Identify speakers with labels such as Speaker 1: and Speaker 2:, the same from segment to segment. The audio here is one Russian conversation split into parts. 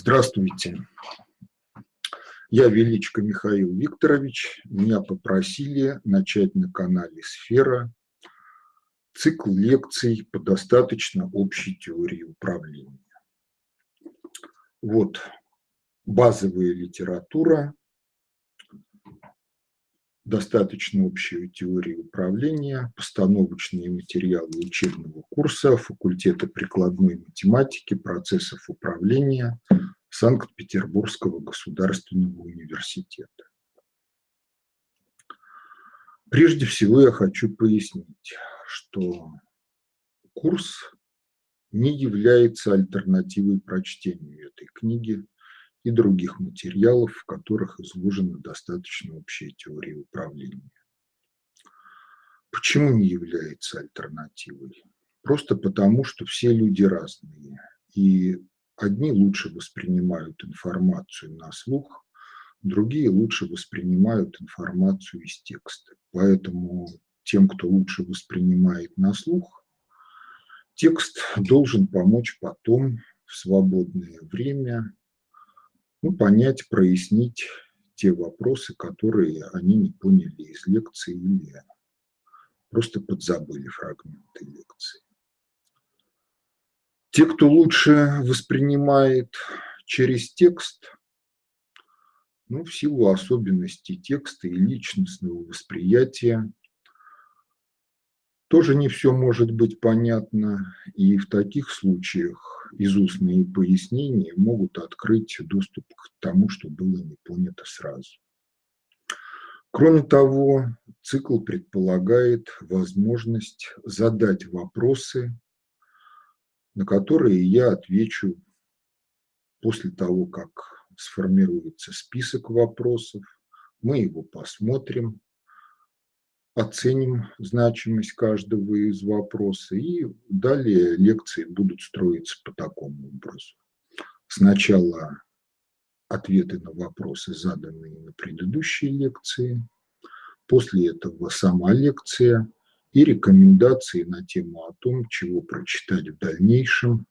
Speaker 1: Здравствуйте, я Величко Михаил Викторович. Меня попросили начать на канале «Сфера» цикл лекций по достаточно общей теории управления. Вот базовая литература, достаточно общая теория управления, постановочные материалы учебного курса факультета прикладной математики, процессов управления Санкт-Петербургского государственного университета. Прежде всего я хочу пояснить, что курс не является альтернативой прочтению этой книги и других материалов, в которых изложена достаточно общая теория управления. Почему не является альтернативой? Просто потому, что все люди разные, и одни лучше воспринимают информацию на слух, другие лучше воспринимают информацию из текста. Поэтому тем, кто лучше воспринимает на слух, текст должен помочь потом в свободное время понять, прояснить те вопросы, которые они не поняли из лекции или просто подзабыли фрагменты лекции. Те, кто лучше воспринимает через текст, в силу особенностей текста и личностного восприятия, тоже не все может быть понятно, и в таких случаях изустные пояснения могут открыть доступ к тому, что было не понято сразу. Кроме того, цикл предполагает возможность задать вопросы, на которые я отвечу после того, как сформируется список вопросов, мы его посмотрим, оценим значимость каждого из вопросов, и далее лекции будут строиться по такому образу. Сначала ответы на вопросы, заданные на предыдущей лекции, после этого сама лекция и рекомендации на тему о том, чего прочитать в дальнейшем,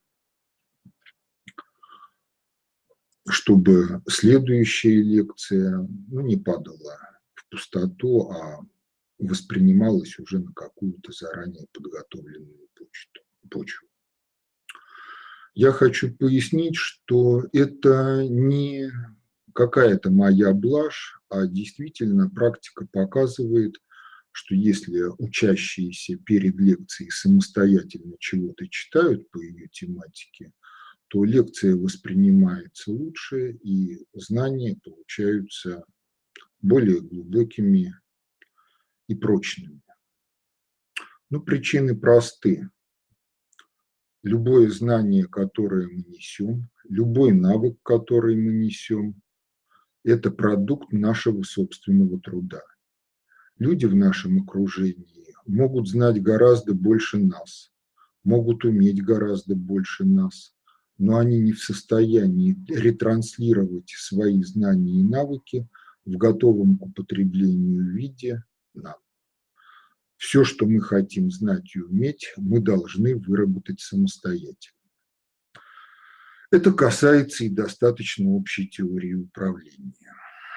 Speaker 1: чтобы следующая лекция не падала в пустоту, а воспринималась уже на какую-то заранее подготовленную почву. Я хочу пояснить, что это не какая-то моя блажь, а действительно практика показывает, что если учащиеся перед лекцией самостоятельно чего-то читают по ее тематике, то лекция воспринимается лучше, и знания получаются более глубокими и прочными. Причины просты. Любое знание, которое мы несем, любой навык, который мы несем, это продукт нашего собственного труда. Люди в нашем окружении могут знать гораздо больше нас, могут уметь гораздо больше нас, но они не в состоянии ретранслировать свои знания и навыки в готовом к употреблению виде нам. Все, что мы хотим знать и уметь, мы должны выработать самостоятельно. Это касается и достаточно общей теории управления.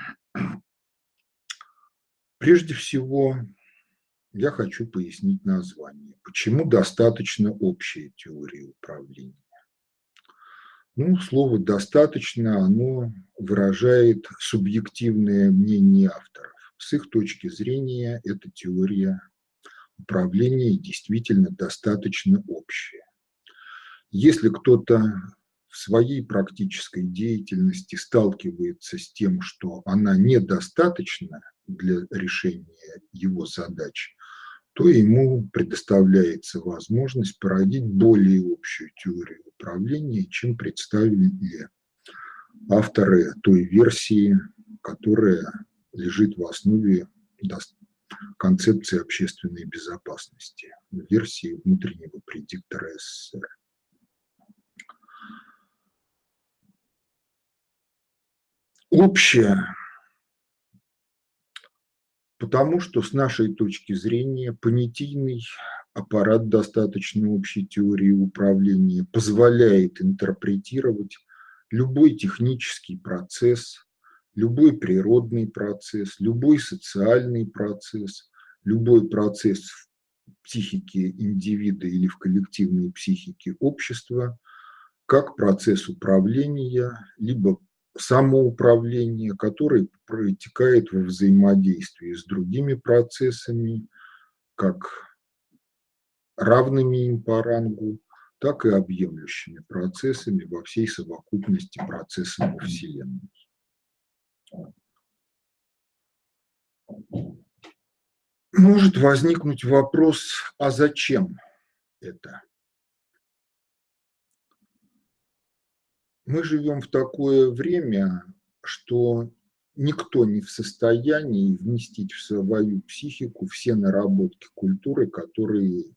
Speaker 1: Прежде всего, я хочу пояснить название. Почему достаточно общая теория управления? Слово «достаточно» оно выражает субъективное мнение авторов. С их точки зрения, эта теория управления действительно достаточно общая. Если кто-то в своей практической деятельности сталкивается с тем, что она недостаточна для решения его задач, то ему предоставляется возможность породить более общую теорию управления, чем представили авторы той версии, которая лежит в основе концепции общественной безопасности, версии внутреннего предиктора СССР. Общее, потому что с нашей точки зрения понятийный аппарат достаточно общей теории управления позволяет интерпретировать любой технический процесс, любой природный процесс, любой социальный процесс, любой процесс в психике индивида или в коллективной психике общества как процесс управления, либо самоуправления, который протекает во взаимодействии с другими процессами, как равными им по рангу, так и объемлющими процессами во всей совокупности процессов во Вселенной. Может возникнуть вопрос, а зачем это? Мы живем в такое время, что никто не в состоянии вместить в свою психику все наработки культуры, которые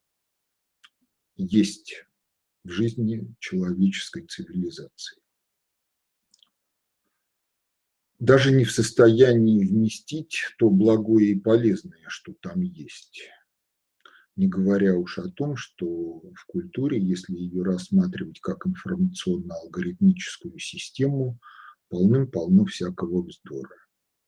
Speaker 1: есть в жизни человеческой цивилизации. Даже не в состоянии вместить то благое и полезное, что там есть. Не говоря уж о том, что в культуре, если ее рассматривать как информационно-алгоритмическую систему, полным-полно всякого вздора.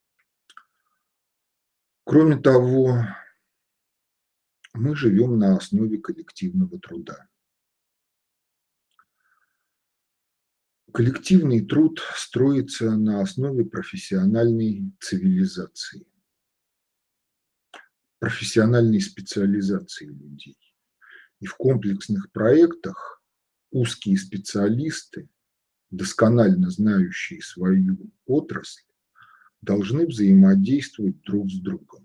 Speaker 1: Кроме того, мы живем на основе коллективного труда. Коллективный труд строится на основе профессиональной цивилизации, профессиональной специализации людей. И в комплексных проектах узкие специалисты, досконально знающие свою отрасль, должны взаимодействовать друг с другом.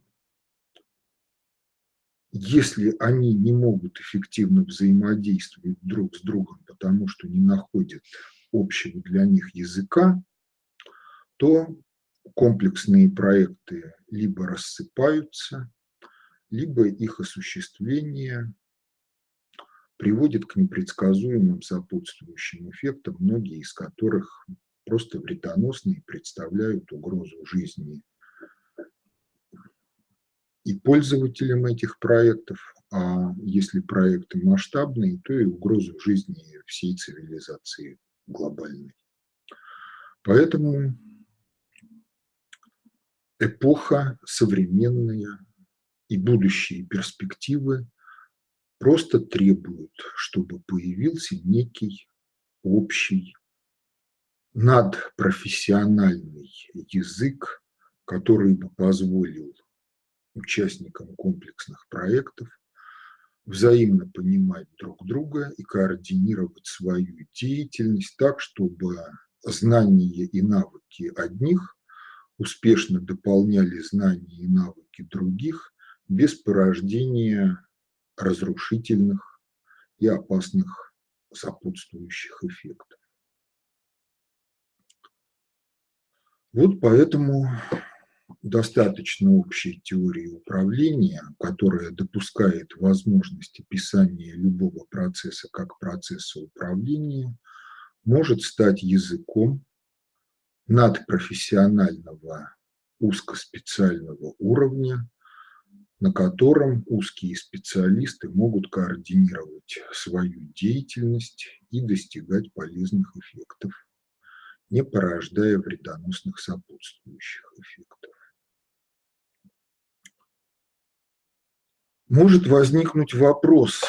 Speaker 1: Если они не могут эффективно взаимодействовать друг с другом, потому что не находят общего для них языка, то комплексные проекты либо рассыпаются, либо их осуществление приводит к непредсказуемым сопутствующим эффектам, многие из которых просто вредоносны и представляют угрозу жизни и пользователям этих проектов, а если проекты масштабные, то и угрозу жизни всей цивилизации глобальной. Поэтому эпоха современная и будущие перспективы просто требуют, чтобы появился некий общий надпрофессиональный язык, который бы позволил участникам комплексных проектов взаимно понимать друг друга и координировать свою деятельность так, чтобы знания и навыки одних успешно дополняли знания и навыки других без порождения разрушительных и опасных сопутствующих эффектов. Вот поэтому достаточно общей теории управления, которая допускает возможность описания любого процесса как процесса управления, может стать языком надпрофессионального узкоспециального уровня, на котором узкие специалисты могут координировать свою деятельность и достигать полезных эффектов, не порождая вредоносных сопутствующих эффектов. Может возникнуть вопрос,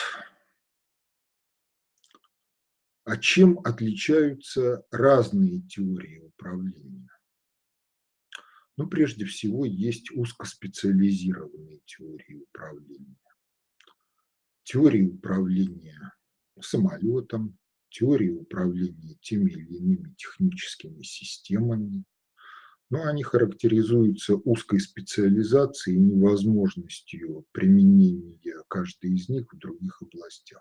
Speaker 1: а чем отличаются разные теории управления? Ну, прежде всего, есть узкоспециализированные теории управления. Теории управления самолетом, теории управления теми или иными техническими системами, но они характеризуются узкой специализацией и невозможностью применения каждой из них в других областях.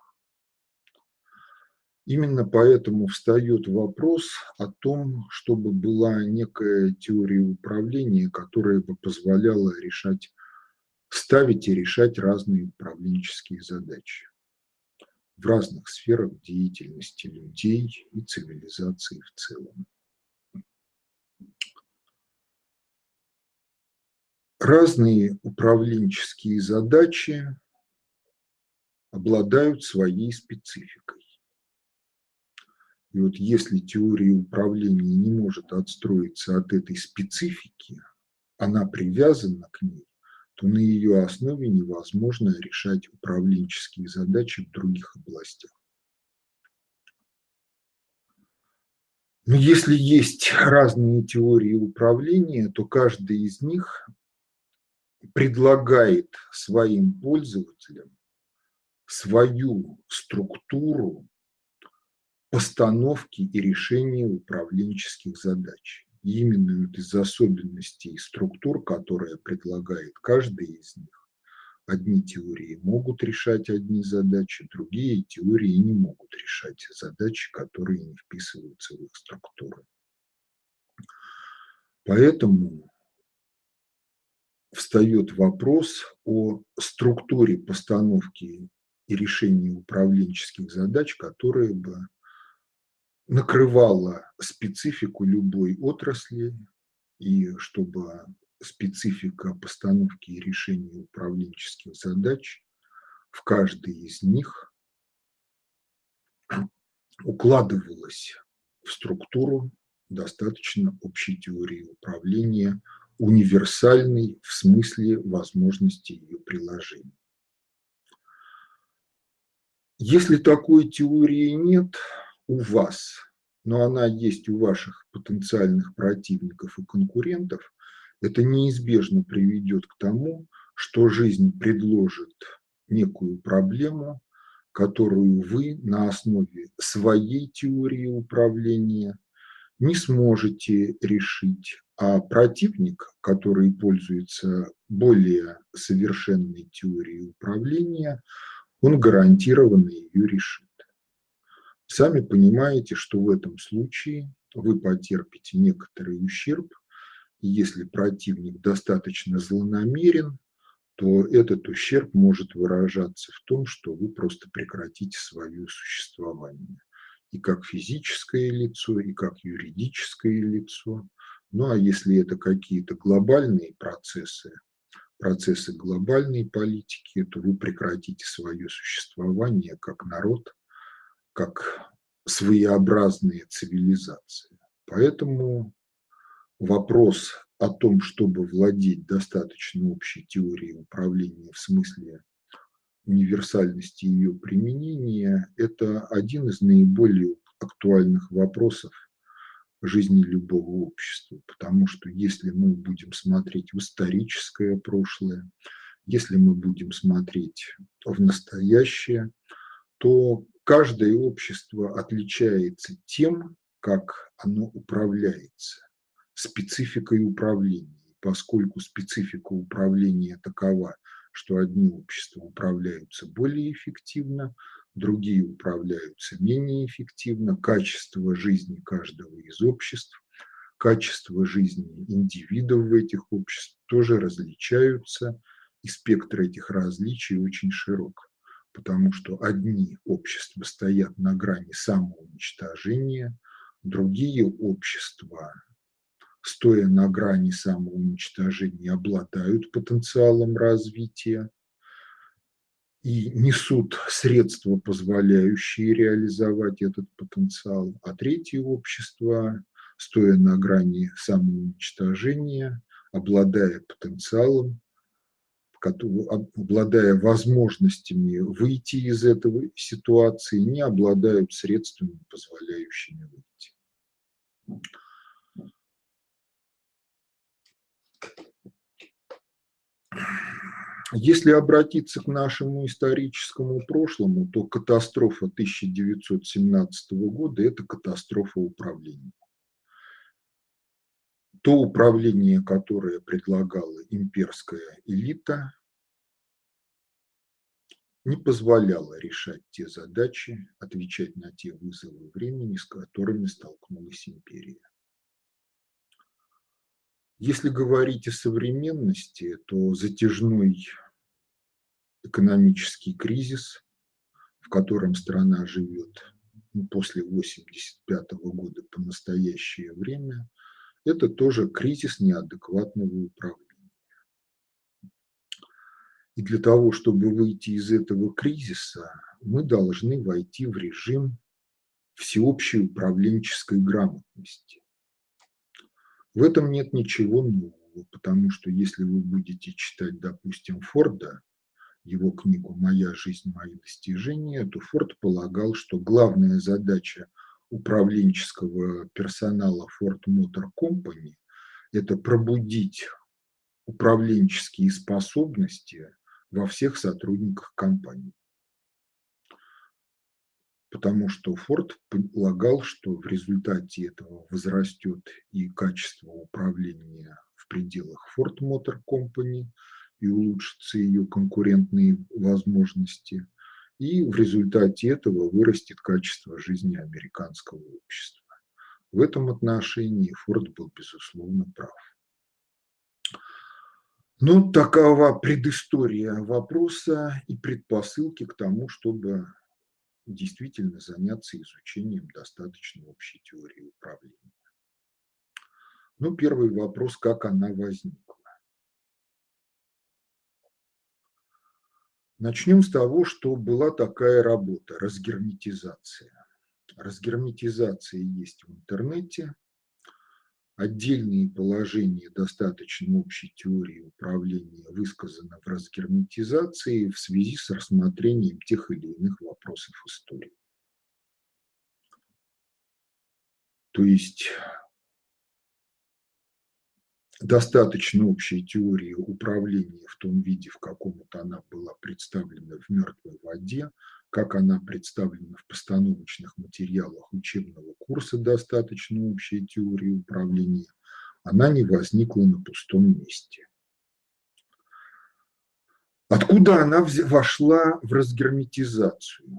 Speaker 1: Именно поэтому встает вопрос о том, чтобы была некая теория управления, которая бы позволяла ставить и решать разные управленческие задачи в разных сферах деятельности людей и цивилизации в целом. Разные управленческие задачи обладают своей спецификой. И вот если теория управления не может отстроиться от этой специфики, она привязана к ней, то на ее основе невозможно решать управленческие задачи в других областях. Но если есть разные теории управления, то каждая из них предлагает своим пользователям свою структуру постановки и решения управленческих задач. И именно из особенностей структур, которые предлагает каждая из них, одни теории могут решать одни задачи, другие теории не могут решать задачи, которые не вписываются в их структуру. Поэтому встает вопрос о структуре постановки и решения управленческих задач, которая бы накрывала специфику любой отрасли, и чтобы специфика постановки и решения управленческих задач в каждой из них укладывалась в структуру достаточно общей теории управления, универсальной в смысле возможности ее приложения. Если такой теории нет у вас, но она есть у ваших потенциальных противников и конкурентов, это неизбежно приведет к тому, что жизнь предложит некую проблему, которую вы на основе своей теории управления не сможете решить, а противник, который пользуется более совершенной теорией управления, он гарантированно ее решит. Сами понимаете, что в этом случае вы потерпите некоторый ущерб, и если противник достаточно злонамерен, то этот ущерб может выражаться в том, что вы просто прекратите свое существование и как физическое лицо, и как юридическое лицо. Ну а если это какие-то глобальные процессы, процессы глобальной политики, то вы прекратите свое существование как народ, как своеобразные цивилизации. Поэтому вопрос о том, чтобы владеть достаточно общей теорией управления в смысле универсальности ее применения, это один из наиболее актуальных вопросов жизни любого общества, потому что если мы будем смотреть в историческое прошлое, если мы будем смотреть в настоящее, то каждое общество отличается тем, как оно управляется, спецификой управления. Поскольку специфика управления такова, что одни общества управляются более эффективно, другие управляются менее эффективно, качество жизни каждого из обществ, качество жизни индивидов в этих обществах тоже различаются, и спектр этих различий очень широк, потому что одни общества стоят на грани самоуничтожения, другие общества, стоя на грани самоуничтожения, обладают потенциалом развития и несут средства, позволяющие реализовать этот потенциал, а третье общество, стоя на грани самоуничтожения, обладая потенциалом, обладая возможностями выйти из этой ситуации, не обладают средствами, позволяющими выйти. Если обратиться к нашему историческому прошлому, то катастрофа 1917 года – это катастрофа управления. То управление, которое предлагала имперская элита, не позволяло решать те задачи, отвечать на те вызовы времени, с которыми столкнулась империя. Если говорить о современности, то затяжной экономический кризис, в котором страна живет после 1985 года по настоящее время, это тоже кризис неадекватного управления. И для того, чтобы выйти из этого кризиса, мы должны войти в режим всеобщей управленческой грамотности. В этом нет ничего нового, потому что если вы будете читать, допустим, Форда, его книгу «Моя жизнь, мои достижения», то Форд полагал, что главная задача управленческого персонала Ford Motor Company – это пробудить управленческие способности во всех сотрудниках компании. Потому что Форд полагал, что в результате этого возрастет и качество управления в пределах Ford Motor Company, и улучшатся ее конкурентные возможности, и в результате этого вырастет качество жизни американского общества. В этом отношении Форд был, безусловно, прав. Ну, такова предыстория вопроса и предпосылки к тому, чтобы действительно заняться изучением достаточно общей теории управления. Ну, первый вопрос, как она возникла. Начнем с того, что была такая работа – разгерметизация. Разгерметизация есть в интернете. Отдельные положения достаточно общей теории управления высказаны в разгерметизации в связи с рассмотрением тех или иных вопросов истории. То есть достаточно общей теории управления в том виде, в каком она была представлена в «Мертвой воде», как она представлена в постановочных материалах учебного курса «Достаточно общей теории управления», она не возникла на пустом месте. Откуда она вошла в разгерметизацию?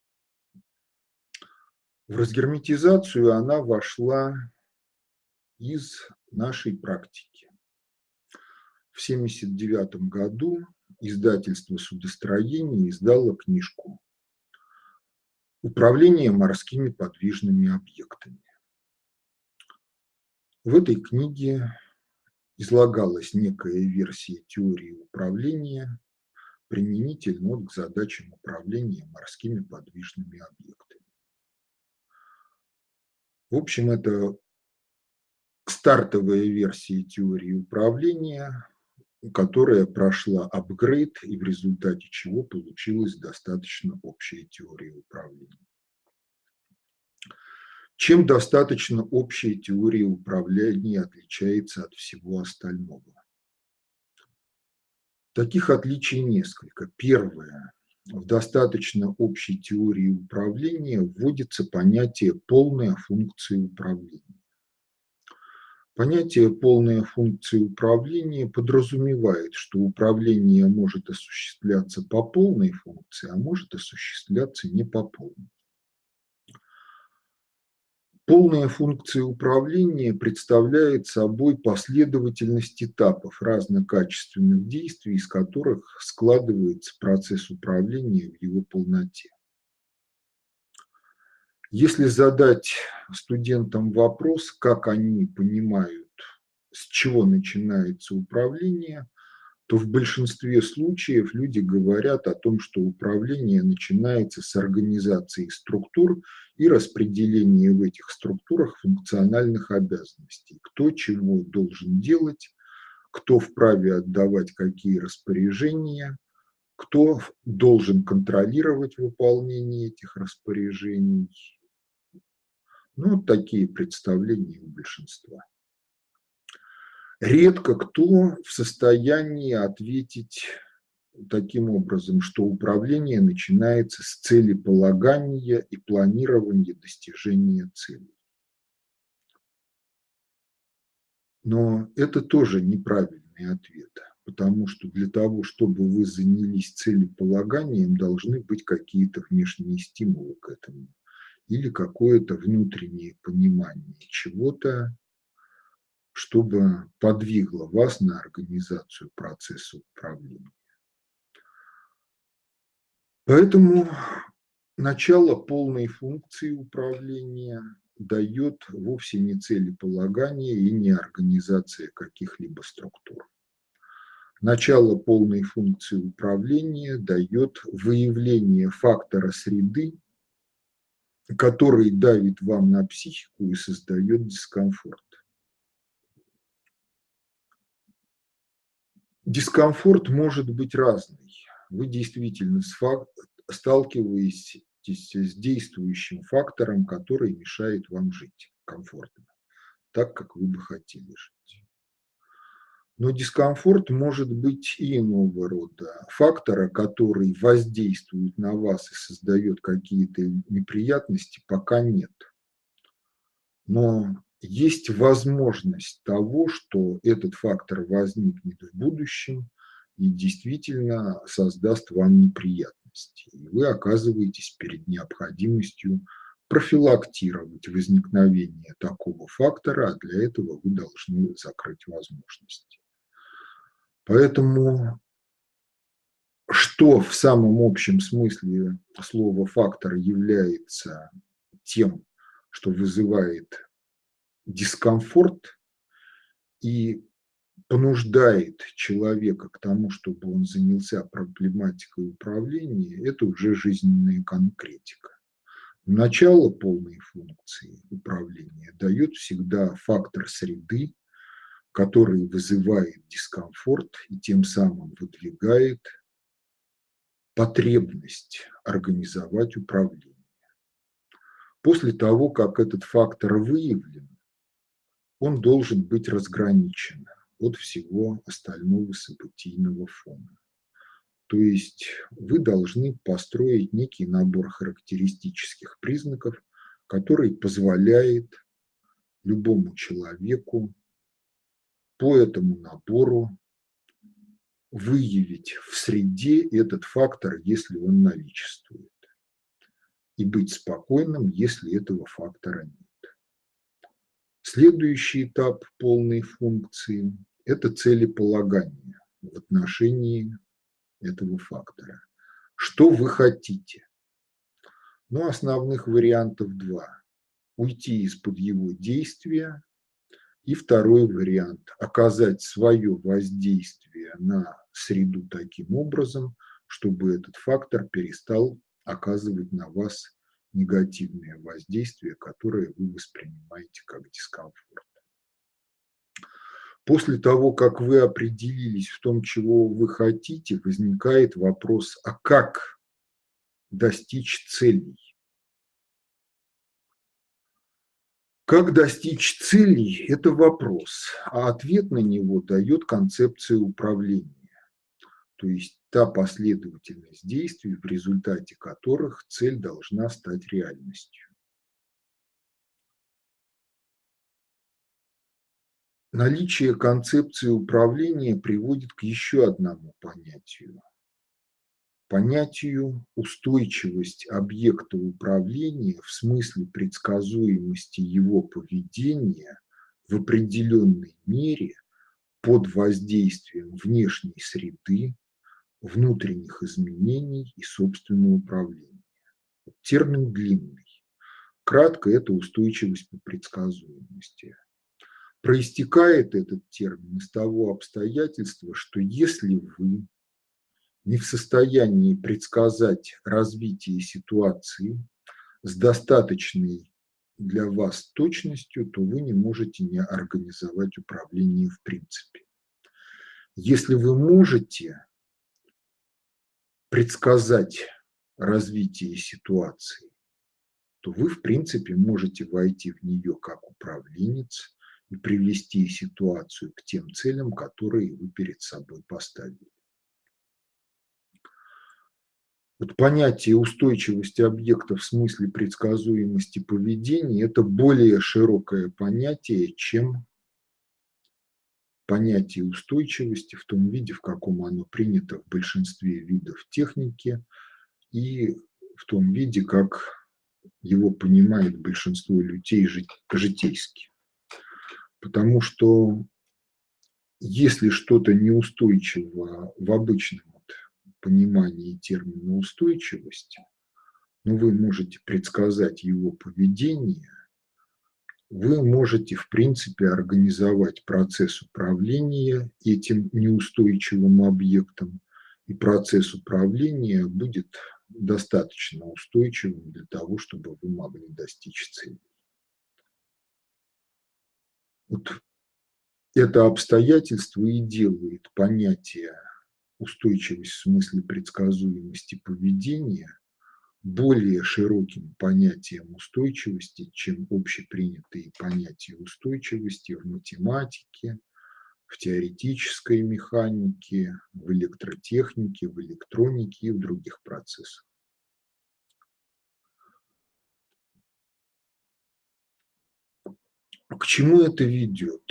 Speaker 1: В разгерметизацию она вошла из нашей практики. В 1979 году издательство «Судостроение» издало книжку «Управление морскими подвижными объектами». В этой книге излагалась некая версия теории управления применительно к задачам управления морскими подвижными объектами. В общем, это стартовая версия теории управления, которая прошла апгрейд и в результате чего получилась достаточно общая теория управления. Чем достаточно общая теория управления отличается от всего остального? Таких отличий несколько. Первое. В достаточно общей теории управления вводится понятие «полная функция управления». Понятие «полная функция управления» подразумевает, что управление может осуществляться по полной функции, а может осуществляться не по полной. Полная функция управления представляет собой последовательность этапов разнокачественных действий, из которых складывается процесс управления в его полноте. Если задать студентам вопрос, как они понимают, с чего начинается управление, то в большинстве случаев люди говорят о том, что управление начинается с организации структур и распределения в этих структурах функциональных обязанностей. Кто чего должен делать, кто вправе отдавать какие распоряжения, кто должен контролировать выполнение этих распоряжений. Ну, вот такие представления у большинства. Редко кто в состоянии ответить таким образом, что управление начинается с целеполагания и планирования достижения целей. Но это тоже неправильный ответ, потому что для того, чтобы вы занялись целеполаганием, должны быть какие-то внешние стимулы к этому или какое-то внутреннее понимание чего-то, чтобы подвигло вас на организацию процесса управления. Поэтому начало полной функции управления дает вовсе не целеполагание и не организация каких-либо структур. Начало полной функции управления дает выявление фактора среды, который давит вам на психику и создает дискомфорт. Дискомфорт может быть разный. Вы действительно сталкиваетесь с действующим фактором, который мешает вам жить комфортно, так, как вы бы хотели жить. Но дискомфорт может быть и иного рода. Фактора, который воздействует на вас и создает какие-то неприятности, пока нет. Но есть возможность того, что этот фактор возникнет в будущем и действительно создаст вам неприятности. И вы оказываетесь перед необходимостью профилактировать возникновение такого фактора, а для этого вы должны закрыть возможности. Поэтому что в самом общем смысле слова «фактор» является тем, что вызывает дискомфорт и понуждает человека к тому, чтобы он занялся проблематикой управления, это уже жизненная конкретика. Начало полной функции управления дает всегда фактор среды, который вызывает дискомфорт и тем самым выдвигает потребность организовать управление. После того, как этот фактор выявлен, он должен быть разграничен от всего остального событийного фона. То есть вы должны построить некий набор характеристических признаков, который позволяет любому человеку по этому набору выявить в среде этот фактор, если он наличествует, и быть спокойным, если этого фактора нет. Следующий этап полной функции – это целеполагание в отношении этого фактора. Что вы хотите? Ну, основных вариантов два. Уйти из-под его действия. И второй вариант – оказать свое воздействие на среду таким образом, чтобы этот фактор перестал оказывать на вас негативное воздействие, которое вы воспринимаете как дискомфорт. После того, как вы определились в том, чего вы хотите, возникает вопрос, а как достичь целей? Как достичь целей – это вопрос, а ответ на него дает концепция управления, то есть та последовательность действий, в результате которых цель должна стать реальностью. Наличие концепции управления приводит к еще одному понятию устойчивость объекта управления в смысле предсказуемости его поведения в определенной мере под воздействием внешней среды, внутренних изменений и собственного управления. Термин длинный. Кратко, это устойчивость по предсказуемости. Проистекает этот термин из того обстоятельства, что если вы не в состоянии предсказать развитие ситуации с достаточной для вас точностью, то вы не можете не организовать управление в принципе. Если вы можете предсказать развитие ситуации, то вы, в принципе, можете войти в нее как управленец и привести ситуацию к тем целям, которые вы перед собой поставили. Вот понятие устойчивости объекта в смысле предсказуемости поведения – это более широкое понятие, чем понятие устойчивости в том виде, в каком оно принято в большинстве видов техники и в том виде, как его понимает большинство людей житейски. Потому что если что-то неустойчиво в обычном понимании термина устойчивости, но вы можете предсказать его поведение, вы можете, в принципе, организовать процесс управления этим неустойчивым объектом, и процесс управления будет достаточно устойчивым для того, чтобы вы могли достичь цели. Вот это обстоятельство и делает понятие устойчивость в смысле предсказуемости поведения более широким понятием устойчивости, чем общепринятые понятия устойчивости в математике, в теоретической механике, в электротехнике, в электронике и в других процессах. К чему это ведет?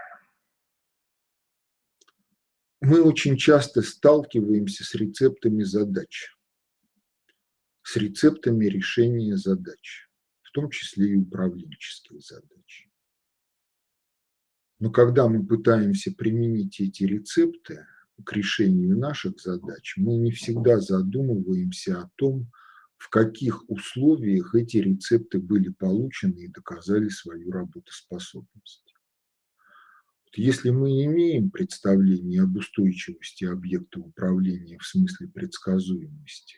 Speaker 1: Мы очень часто сталкиваемся с рецептами задач, с рецептами решения задач, в том числе и управленческих задач. Но когда мы пытаемся применить эти рецепты к решению наших задач, мы не всегда задумываемся о том, в каких условиях эти рецепты были получены и доказали свою работоспособность. Если мы имеем представление об устойчивости объекта управления в смысле предсказуемости,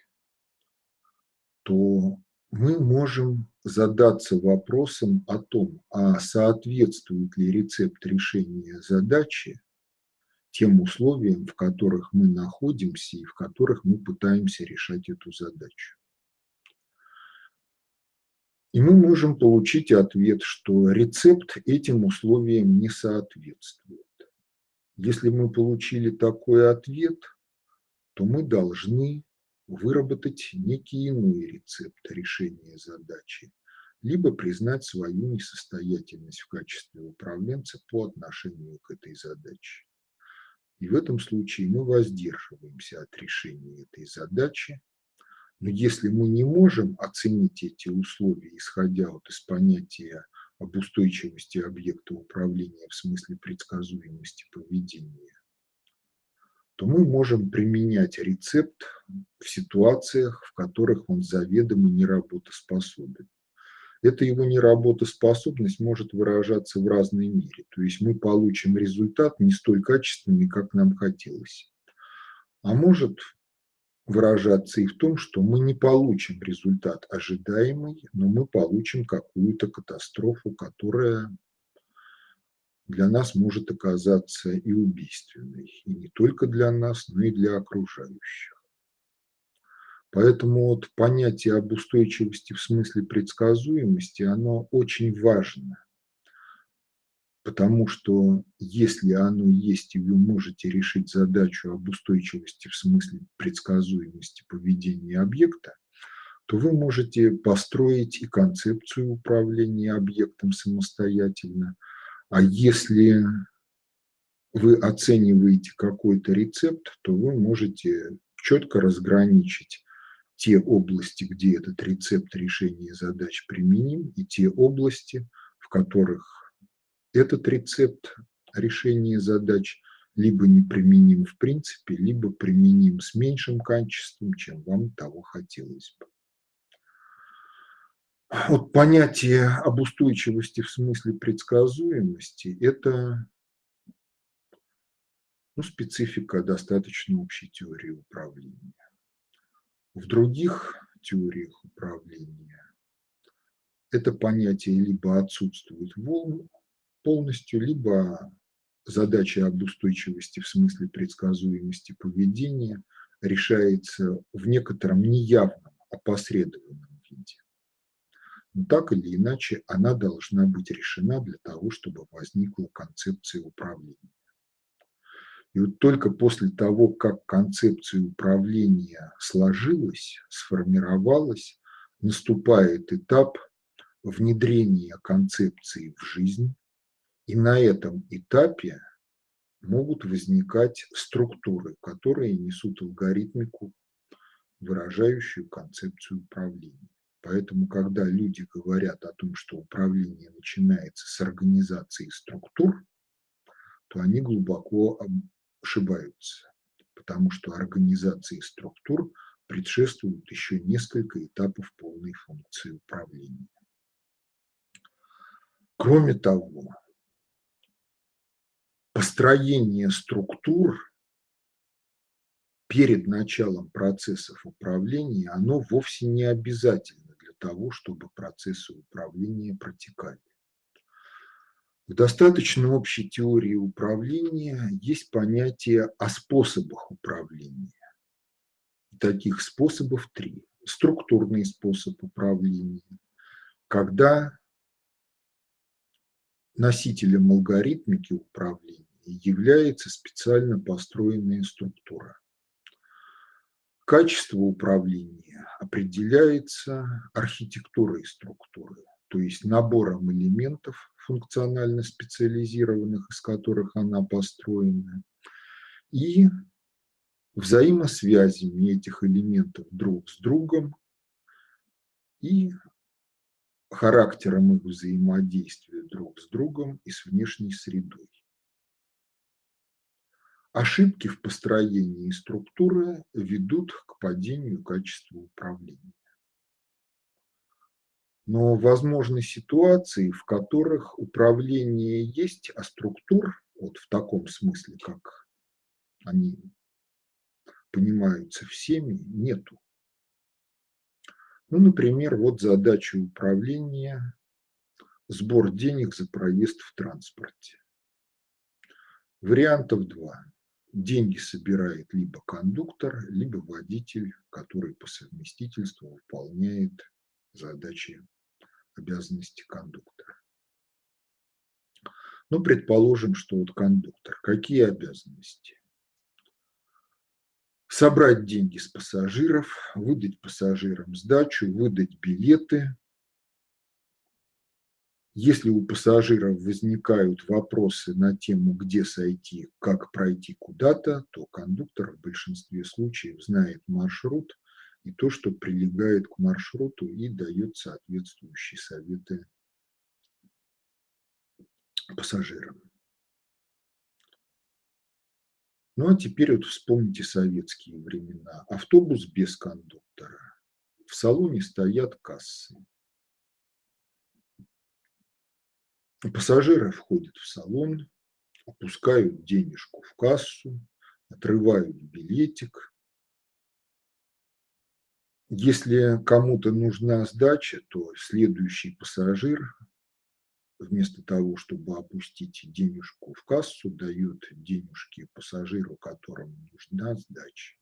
Speaker 1: то мы можем задаться вопросом о том, а соответствует ли рецепт решения задачи тем условиям, в которых мы находимся и в которых мы пытаемся решать эту задачу. И мы можем получить ответ, что рецепт этим условиям не соответствует. Если мы получили такой ответ, то мы должны выработать некий иной рецепт решения задачи, либо признать свою несостоятельность в качестве управленца по отношению к этой задаче. И в этом случае мы воздерживаемся от решения этой задачи. Но если мы не можем оценить эти условия, исходя из понятия об устойчивости объекта управления в смысле предсказуемости поведения, то мы можем применять рецепт в ситуациях, в которых он заведомо неработоспособен. Эта его неработоспособность может выражаться в разной мере. То есть мы получим результат не столь качественный, как нам хотелось. А может выражаться и в том, что мы не получим результат ожидаемый, но мы получим какую-то катастрофу, которая для нас может оказаться и убийственной. И не только для нас, но и для окружающих. Поэтому вот понятие об устойчивости в смысле предсказуемости, оно очень важно. Потому что если оно есть, и вы можете решить задачу об устойчивости в смысле предсказуемости поведения объекта, то вы можете построить и концепцию управления объектом самостоятельно. А если вы оцениваете какой-то рецепт, то вы можете четко разграничить те области, где этот рецепт решения задач применим, и те области, в которых этот рецепт решения задач либо не применим в принципе, либо применим с меньшим качеством, чем вам того хотелось бы. Вот понятие об устойчивости в смысле предсказуемости – это специфика достаточно общей теории управления. В других теориях управления это понятие либо отсутствует полностью, либо задача об устойчивости в смысле предсказуемости поведения решается в некотором неявном, опосредованном виде. Но так или иначе она должна быть решена для того, чтобы возникла концепция управления. И вот только после того, как концепция управления сложилась, сформировалась, наступает этап внедрения концепции в жизнь, и на этом этапе могут возникать структуры, которые несут алгоритмику, выражающую концепцию управления. Поэтому, когда люди говорят о том, что управление начинается с организации структур, то они глубоко ошибаются, потому что организации структур предшествуют еще несколько этапов полной функции управления. Кроме того, построение структур перед началом процессов управления, оно вовсе не обязательно для того, чтобы процессы управления протекали. В достаточно общей теории управления есть понятие о способах управления. Таких способов три. Структурный способ управления, когда носителем алгоритмики управления является специально построенная структура. Качество управления определяется архитектурой структуры, то есть набором элементов, функционально специализированных, из которых она построена, и взаимосвязями этих элементов друг с другом и характером их взаимодействия друг с другом и с внешней средой. Ошибки в построении структуры ведут к падению качества управления. Но возможны ситуации, в которых управление есть, а структур, вот в таком смысле, как они понимаются всеми, нету. Ну, например, вот задача управления – сбор денег за проезд в транспорте. Вариантов два. Деньги собирает либо кондуктор, либо водитель, который по совместительству выполняет задачи, обязанности кондуктора. Ну, предположим, что вот кондуктор. Какие обязанности? Собрать деньги с пассажиров, выдать пассажирам сдачу, выдать билеты. Если у пассажиров возникают вопросы на тему, где сойти, как пройти куда-то, то кондуктор в большинстве случаев знает маршрут и то, что прилегает к маршруту, и дает соответствующие советы пассажирам. Ну а теперь вот вспомните советские времена. Автобус без кондуктора. В салоне стоят кассы. Пассажиры входят в салон, опускают денежку в кассу, отрывают билетик. Если кому-то нужна сдача, то следующий пассажир вместо того, чтобы опустить денежку в кассу, дает денежки пассажиру, которому нужна сдача.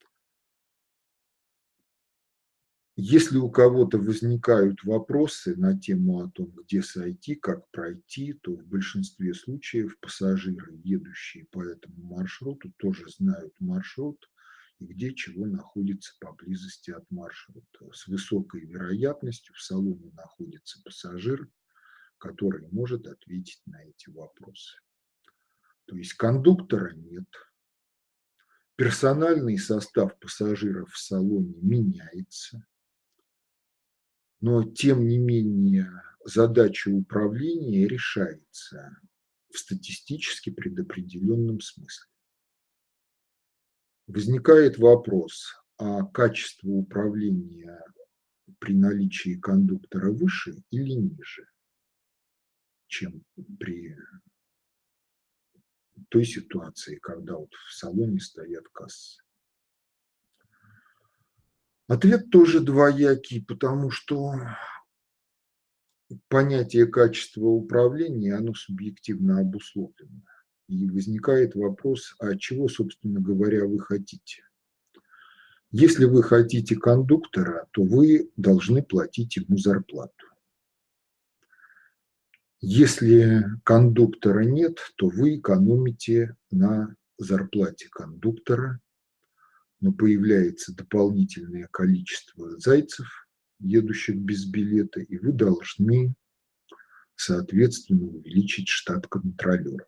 Speaker 1: Если у кого-то возникают вопросы на тему о том, где сойти, как пройти, то в большинстве случаев пассажиры, едущие по этому маршруту, тоже знают маршрут и где чего находится поблизости от маршрута. С высокой вероятностью в салоне находится пассажир, который может ответить на эти вопросы. То есть кондуктора нет, персональный состав пассажиров в салоне меняется, но тем не менее задача управления решается в статистически предопределенном смысле. Возникает вопрос, а качество управления при наличии кондуктора выше или ниже, чем при той ситуации, когда вот в салоне стоят кассы? Ответ тоже двоякий, потому что понятие качества управления, оно субъективно обусловлено. И возникает вопрос, а чего, собственно говоря, вы хотите? Если вы хотите кондуктора, то вы должны платить ему зарплату. Если кондуктора нет, то вы экономите на зарплате кондуктора, но появляется дополнительное количество зайцев, едущих без билета, и вы должны, соответственно, увеличить штат контролеров.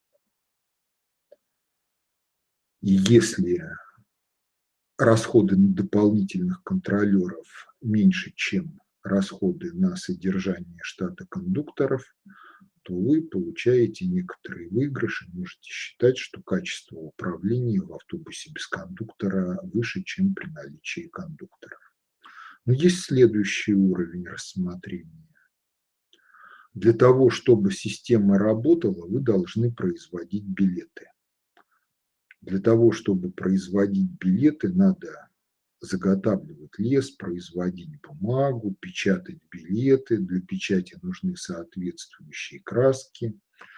Speaker 1: И если расходы на дополнительных контролеров меньше, чем расходы на содержание штата кондукторов, то вы получаете некоторый выигрыш и можете считать, что качество управления в автобусе без кондуктора выше, чем при наличии кондукторов. Но есть следующий уровень рассмотрения. Для того, чтобы система работала, вы должны производить билеты. Для того, чтобы производить билеты, надо заготавливать лес, производить бумагу, печатать билеты. Для печати нужны соответствующие краски.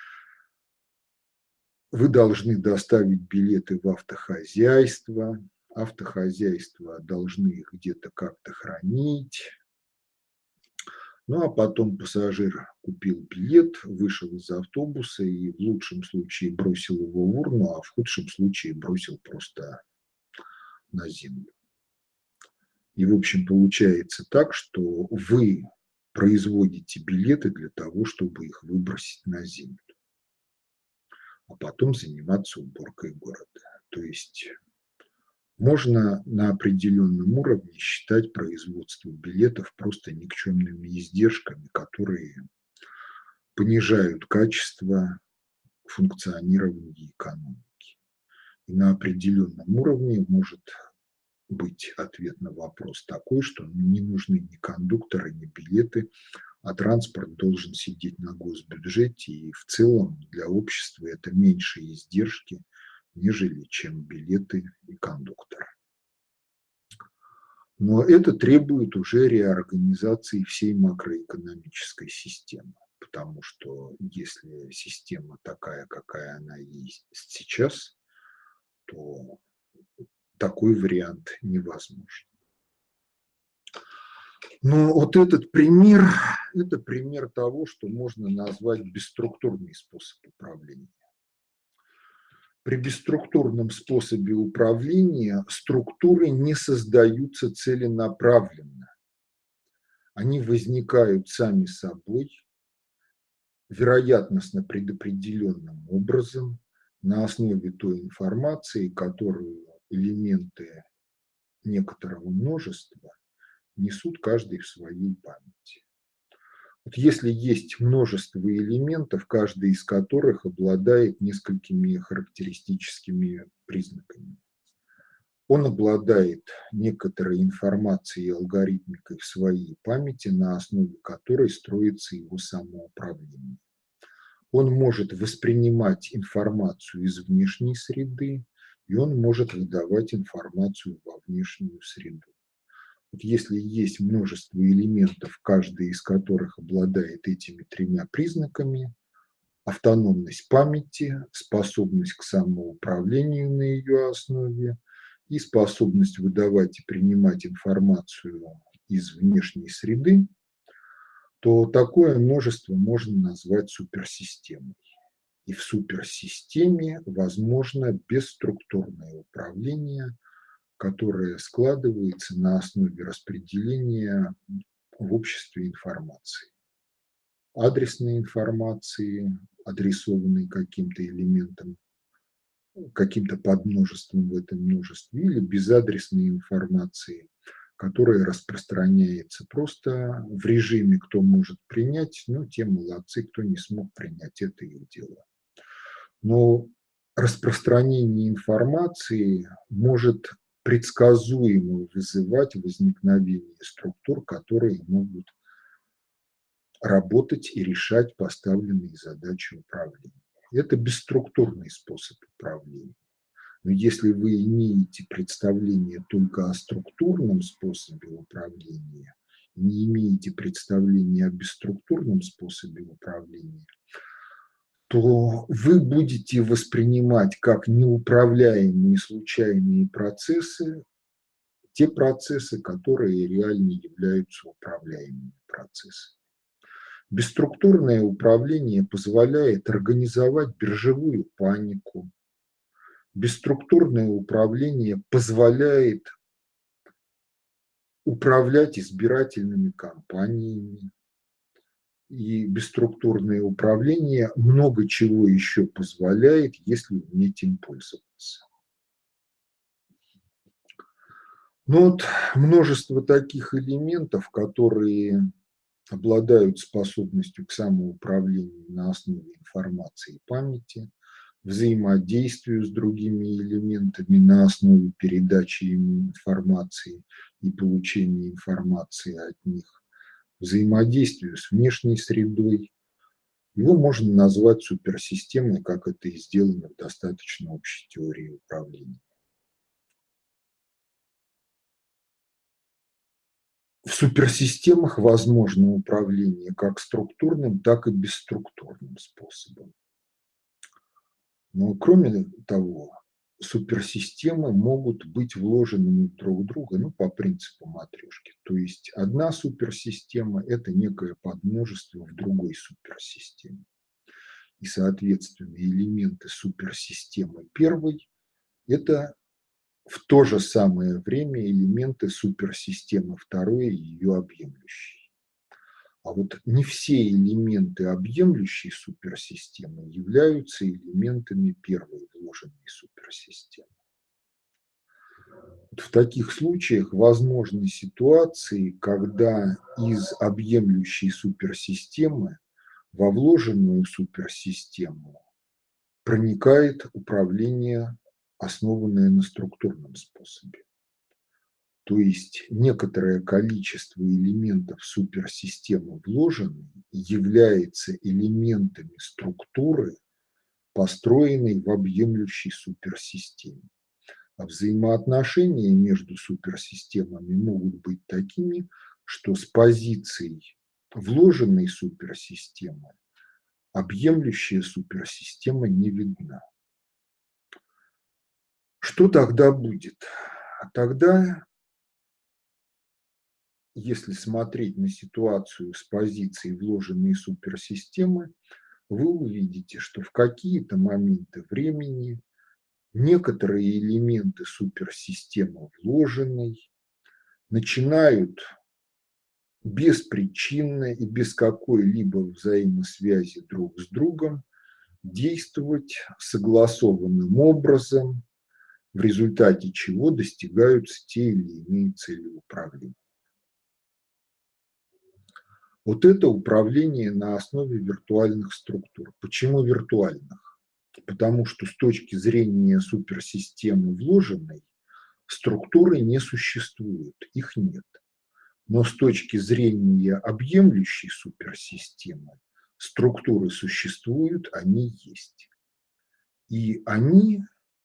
Speaker 1: Вы должны доставить билеты в автохозяйство. Автохозяйства должны их где-то как-то хранить. Ну, а потом пассажир купил билет, вышел из автобуса и в лучшем случае бросил его в урну, а в худшем случае бросил просто на землю. И, в общем, получается так, что вы производите билеты для того, чтобы их выбросить на землю, а потом заниматься уборкой города. То есть можно на определенном уровне считать производство билетов просто никчемными издержками, которые понижают качество функционирования экономики. И на определенном уровне может быть ответ на вопрос такой, что не нужны ни кондукторы, ни билеты, а транспорт должен сидеть на госбюджете, и в целом для общества это меньшие издержки, нежели чем билеты и кондукторы. Но это требует уже реорганизации всей макроэкономической системы, потому что если система такая, какая она есть сейчас, то такой вариант невозможен. Но вот этот пример – это пример того, что можно назвать бесструктурный способ управления. При бесструктурном способе управления структуры не создаются целенаправленно. Они возникают сами собой, вероятностно предопределенным образом, на основе той информации, которую элементы некоторого множества несут каждый в своей памяти. Вот если есть множество элементов, каждый из которых обладает несколькими характеристическими признаками, он обладает некоторой информацией и алгоритмикой в своей памяти, на основе которой строится его самоуправление. Он может воспринимать информацию из внешней среды, и он может выдавать информацию во внешнюю среду. Вот если есть множество элементов, каждый из которых обладает этими тремя признаками: автономность памяти, способность к самоуправлению на ее основе и способность выдавать и принимать информацию из внешней среды, то такое множество можно назвать суперсистемой. И в суперсистеме возможно бесструктурное управление, которое складывается на основе распределения в обществе информации. Адресной информации, адресованной каким-то элементом, каким-то подмножеством в этом множестве, или безадресной информации, которая распространяется просто в режиме, кто может принять, ну, те молодцы, кто не смог принять, это их дело. Но распространение информации может предсказуемо вызывать возникновение структур, которые могут работать и решать поставленные задачи управления. Это бесструктурный способ управления. Но если вы имеете представление только о структурном способе управления, не имеете представления о бесструктурном способе управления, то вы будете воспринимать как неуправляемые случайные процессы те процессы, которые реально являются управляемыми процессами. Бесструктурное управление позволяет организовать биржевую панику. Бесструктурное управление позволяет управлять избирательными кампаниями. И бесструктурное управление много чего еще позволяет, если уметь им пользоваться. Но вот множество таких элементов, которые обладают способностью к самоуправлению на основе информации и памяти, взаимодействию с другими элементами на основе передачи им информации и получения информации от них, взаимодействию с внешней средой, Его можно назвать суперсистемой, как это и сделано в достаточно общей теории управления. В суперсистемах возможно управление как структурным, так и бесструктурным способом. Но кроме того, суперсистемы могут быть вложенными друг в друга, ну, по принципу матрешки. То есть одна суперсистема – это некое подмножество в другой суперсистеме. И, соответственно, элементы суперсистемы первой – это в то же самое время элементы суперсистемы второй и ее объемлющей. А вот не все элементы объемлющей суперсистемы являются элементами первой вложенной суперсистемы. Вот в таких случаях возможны ситуации, когда из объемлющей суперсистемы во вложенную суперсистему проникает управление, основанное на структурном способе. То есть некоторое количество элементов суперсистемы вложенной является элементами структуры, построенной в объемлющей суперсистеме. А взаимоотношения между суперсистемами могут быть такими, что с позицией вложенной суперсистемы объемлющая суперсистема не видна. Что тогда будет? Тогда, если смотреть на ситуацию с позиции вложенной суперсистемы, вы увидите, что в какие-то моменты времени некоторые элементы суперсистемы вложенной начинают беспричинно и без какой-либо взаимосвязи друг с другом действовать согласованным образом, в результате чего достигаются те или иные цели управления. Вот это управление на основе виртуальных структур. Почему виртуальных? Потому что с точки зрения суперсистемы вложенной структуры не существует, их нет. Но с точки зрения объемлющей суперсистемы структуры существуют, они есть. И они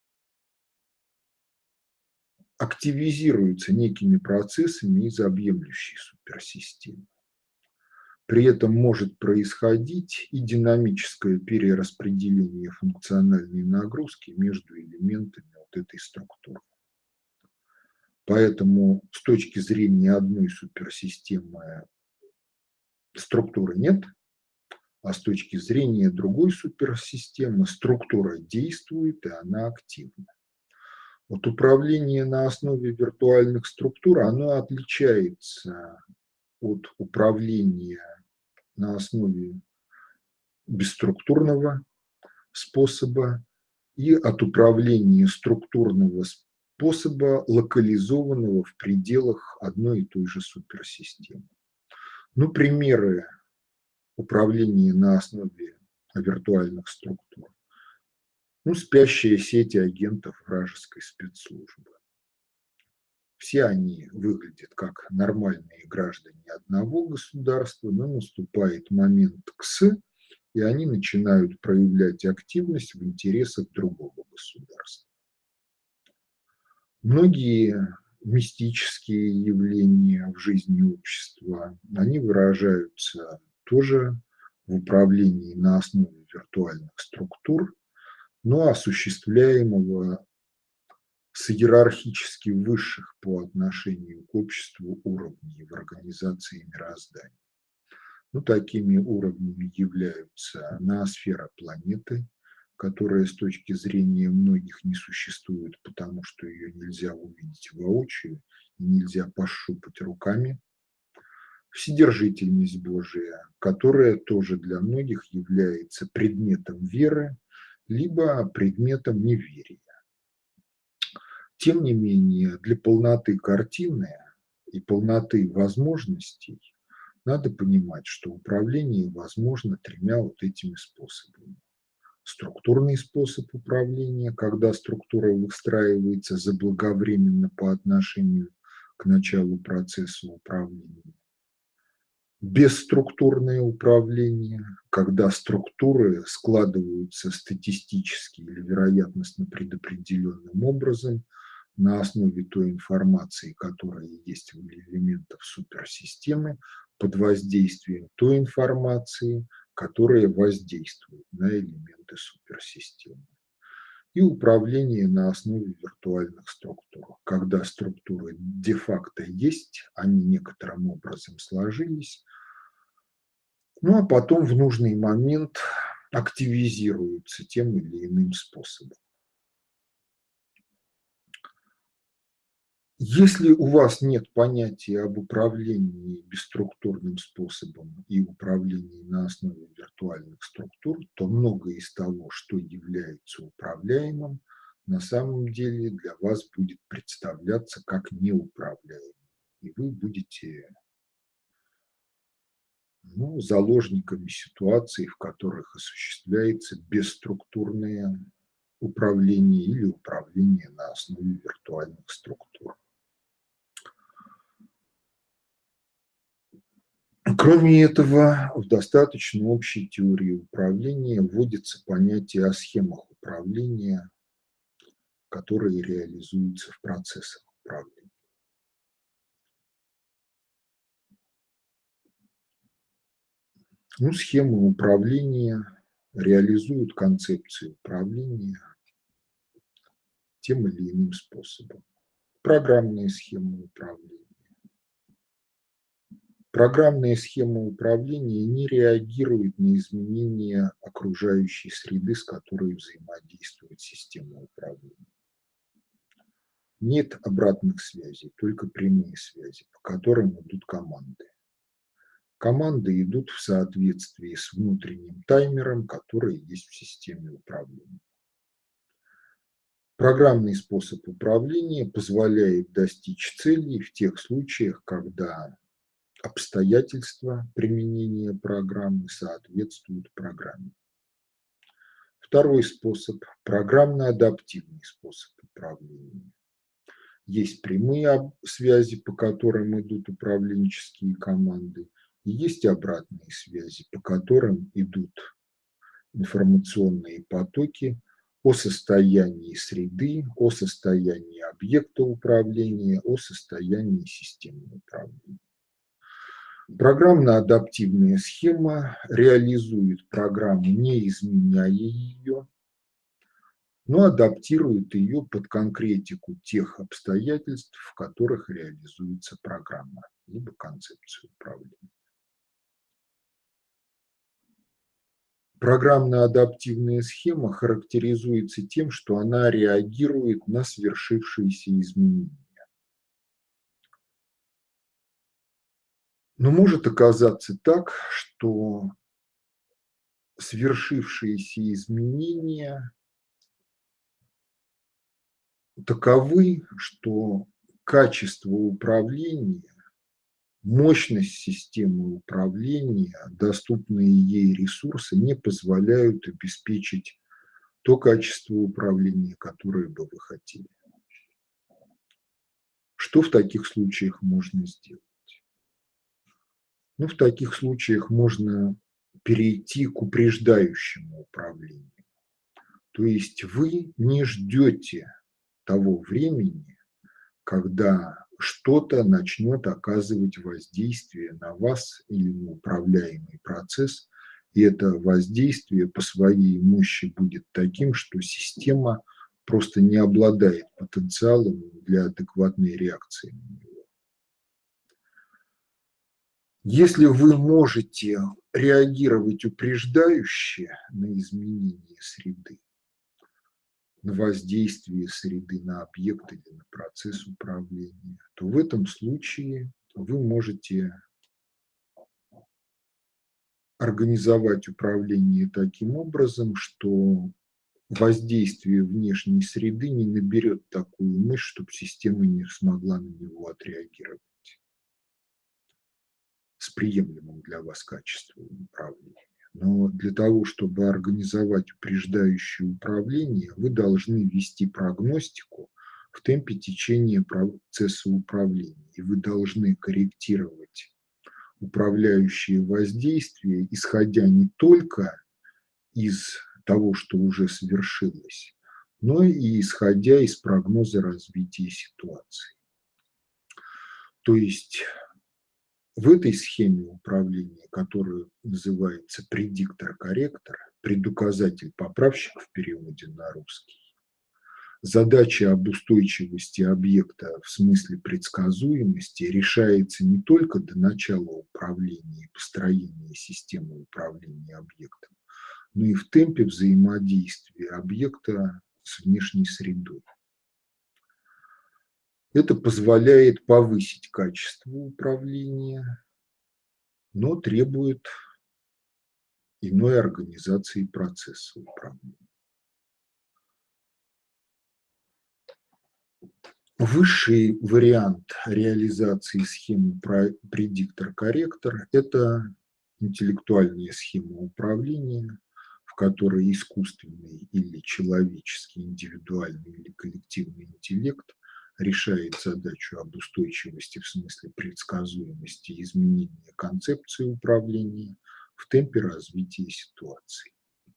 Speaker 1: активизируются некими процессами из объемлющей суперсистемы. При этом может происходить и динамическое перераспределение функциональной нагрузки между элементами вот этой структуры. Поэтому с точки зрения одной суперсистемы структуры нет, а с точки зрения другой суперсистемы структура действует, и она активна. Вот управление на основе виртуальных структур, оно отличается от управления на основе бесструктурного способа и от управления структурного способа, локализованного в пределах одной и той же суперсистемы. Ну, примеры управления на основе виртуальных структур. Ну, спящие сети агентов вражеской спецслужбы. Все они выглядят как нормальные граждане одного государства, но наступает момент КС, и они начинают проявлять активность в интересах другого государства. Многие мистические явления в жизни общества, они выражаются тоже в управлении на основе виртуальных структур, но осуществляемого с иерархически высших по отношению к обществу уровней в организации мироздания. Ну, такими уровнями являются ноосфера планеты, которая с точки зрения многих не существует, потому что ее нельзя увидеть воочию и нельзя пощупать руками. Вседержительность Божия, которая тоже для многих является предметом веры, либо предметом неверия. Тем не менее, для полноты картины и полноты возможностей надо понимать, что управление возможно тремя вот этими способами. Структурный способ управления, когда структура выстраивается заблаговременно по отношению к началу процесса управления. Бесструктурное управление, когда структуры складываются статистически или вероятностно предопределенным образом на основе той информации, которая есть в элементах суперсистемы, под воздействием той информации, которая воздействует на элементы суперсистемы. И управление на основе виртуальных структур, когда структуры де-факто есть, они некоторым образом сложились, ну а потом в нужный момент активизируются тем или иным способом. Если у вас нет понятия об управлении бесструктурным способом и управлении на основе виртуальных структур, то многое из того, что является управляемым, на самом деле для вас будет представляться как неуправляемым. И вы будете заложниками ситуаций, в которых осуществляется бесструктурное управление или управление на основе виртуальных структур. Кроме этого, в достаточно общей теории управления вводится понятие о схемах управления, которые реализуются в процессах управления. Схемы управления реализуют концепцию управления тем или иным способом. Программные схемы управления. Программные схемы управления не реагируют на изменения окружающей среды, с которой взаимодействует система управления. Нет обратных связей, только прямые связи, по которым идут команды. Команды идут в соответствии с внутренним таймером, который есть в системе управления. Программный способ управления позволяет достичь целей в тех случаях, когда обстоятельства применения программы соответствуют программе. Второй способ – программно-адаптивный способ управления. Есть прямые связи, по которым идут управленческие команды, и есть обратные связи, по которым идут информационные потоки о состоянии среды, о состоянии объекта управления, о состоянии системы управления. Программно-адаптивная схема реализует программу, не изменяя ее, но адаптирует ее под конкретику тех обстоятельств, в которых реализуется программа, либо концепция управления. Программно-адаптивная схема характеризуется тем, что она реагирует на свершившиеся изменения. Но может оказаться так, что свершившиеся изменения таковы, что качество управления, мощность системы управления, доступные ей ресурсы не позволяют обеспечить то качество управления, которое бы вы хотели. Что в таких случаях можно сделать? В таких случаях можно перейти к упреждающему управлению. То есть вы не ждете того времени, когда что-то начнет оказывать воздействие на вас или на управляемый процесс, и это воздействие по своей мощи будет таким, что система просто не обладает потенциалом для адекватной реакции на него. Если вы можете реагировать упреждающе на изменения среды, на воздействие среды на объект или на процесс управления, то в этом случае вы можете организовать управление таким образом, что воздействие внешней среды не наберет такую мощь, чтобы система не смогла на него отреагировать с приемлемым для вас качеством управления. Но для того, чтобы организовать упреждающее управление, вы должны вести прогностику в темпе течения процесса управления. И вы должны корректировать управляющие воздействия, исходя не только из того, что уже совершилось, но и исходя из прогноза развития ситуации. То есть в этой схеме управления, которая называется предиктор-корректор, предуказатель-поправщик в переводе на русский, задача об устойчивости объекта в смысле предсказуемости решается не только до начала управления и построения системы управления объектом, но и в темпе взаимодействия объекта с внешней средой. Это позволяет повысить качество управления, но требует иной организации процесса управления. Высший вариант реализации схемы предиктор-корректор – это интеллектуальная схема управления, в которой искусственный или человеческий, индивидуальный или коллективный интеллект решает задачу об устойчивости в смысле предсказуемости и изменения концепции управления в темпе развития ситуации.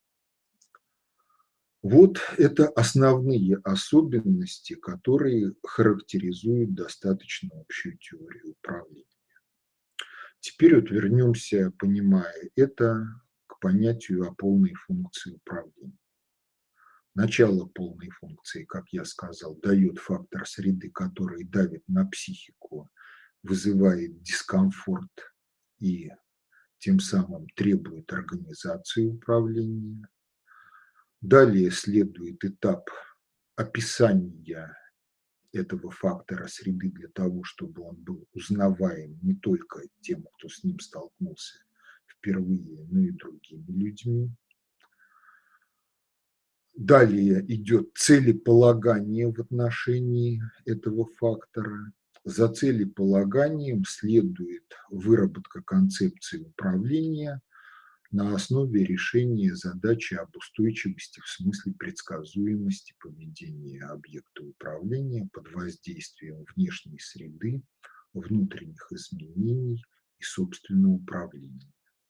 Speaker 1: Вот это основные особенности, которые характеризуют достаточно общую теорию управления. Теперь вот вернемся, понимая это, к понятию о полной функции управления. Начало полной функции, как я сказал, дает фактор среды, который давит на психику, вызывает дискомфорт и тем самым требует организации управления. Далее следует этап описания этого фактора среды для того, чтобы он был узнаваем не только тем, кто с ним столкнулся впервые, но и другими людьми. Далее идет целеполагание в отношении этого фактора. За целеполаганием следует выработка концепции управления на основе решения задачи об устойчивости в смысле предсказуемости поведения объекта управления под воздействием внешней среды, внутренних изменений и собственного управления.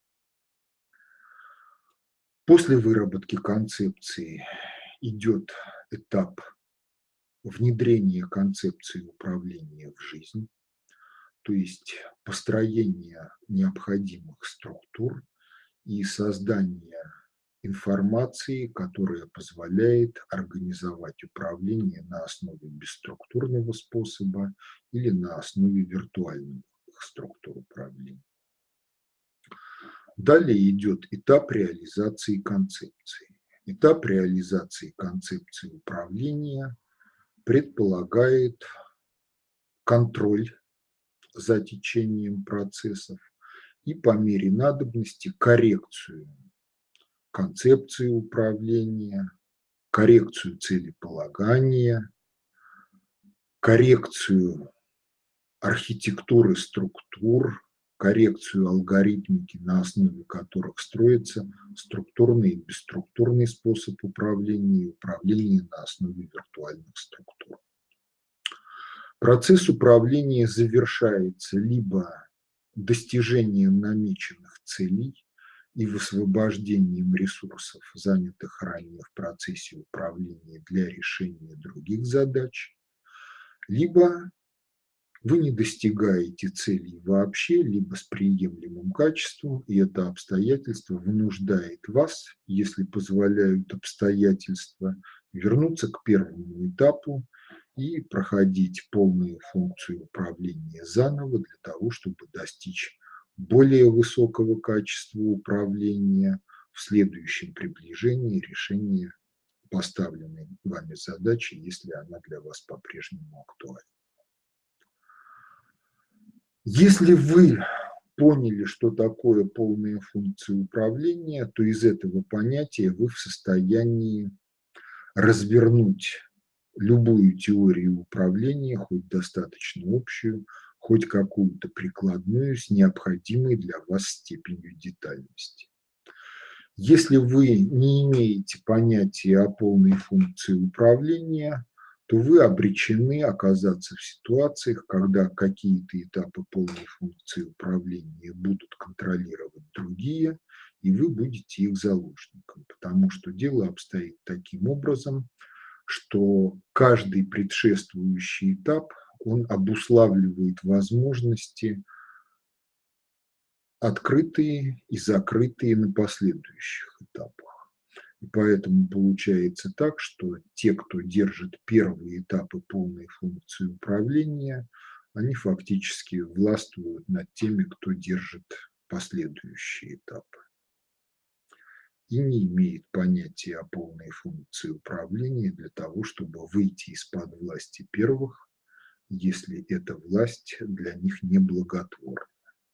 Speaker 1: После выработки концепции идет этап внедрения концепции управления в жизнь, то есть построение необходимых структур и создание информации, которая позволяет организовать управление на основе бесструктурного способа или на основе виртуальных структур управления. Далее идет этап реализации концепции. Этап реализации концепции управления предполагает контроль за течением процессов и по мере надобности коррекцию концепции управления, коррекцию целеполагания, коррекцию архитектуры структур, коррекцию алгоритмики, на основе которых строится структурный и бесструктурный способ управления и управление на основе виртуальных структур. Процесс управления завершается либо достижением намеченных целей и высвобождением ресурсов, занятых ранее в процессе управления для решения других задач, либо вы не достигаете целей вообще, либо с приемлемым качеством, и это обстоятельство вынуждает вас, если позволяют обстоятельства, вернуться к первому этапу и проходить полную функцию управления заново для того, чтобы достичь более высокого качества управления в следующем приближении решения поставленной вами задачи, если она для вас по-прежнему актуальна. Если вы поняли, что такое полная функция управления, то из этого понятия вы в состоянии развернуть любую теорию управления, хоть достаточно общую, хоть какую-то прикладную, с необходимой для вас степенью детальности. Если вы не имеете понятия о полной функции управления, то вы обречены оказаться в ситуациях, когда какие-то этапы полной функции управления будут контролировать другие, и вы будете их заложником, потому что дело обстоит таким образом, что каждый предшествующий этап, он обуславливает возможности, открытые и закрытые на последующих этапах. И поэтому получается так, что те, кто держит первые этапы полной функции управления, они фактически властвуют над теми, кто держит последующие этапы и не имеет понятия о полной функции управления для того, чтобы выйти из-под власти первых, если эта власть для них неблаготворна.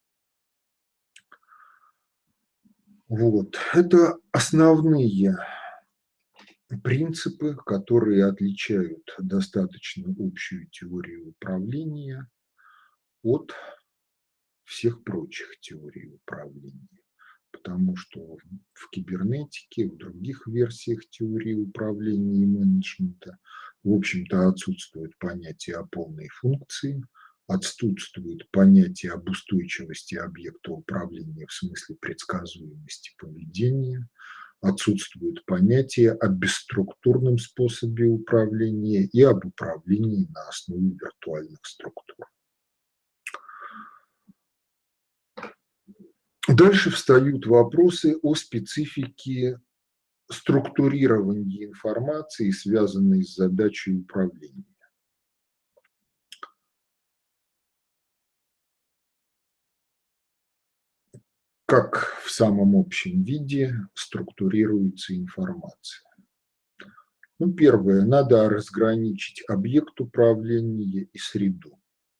Speaker 1: Вот. Это основные принципы, которые отличают достаточно общую теорию управления от всех прочих теорий управления. Потому что в кибернетике, в других версиях теории управления и менеджмента, в общем-то, отсутствует понятие о полной функции, отсутствует понятие об устойчивости объекта управления в смысле предсказуемости поведения, отсутствует понятие о бесструктурном способе управления и об управлении на основе виртуальных структур. Дальше встают вопросы о специфике структурирования информации, связанной с задачей управления. Как в самом общем виде структурируется информация? Ну, первое, надо разграничить объект управления и среду.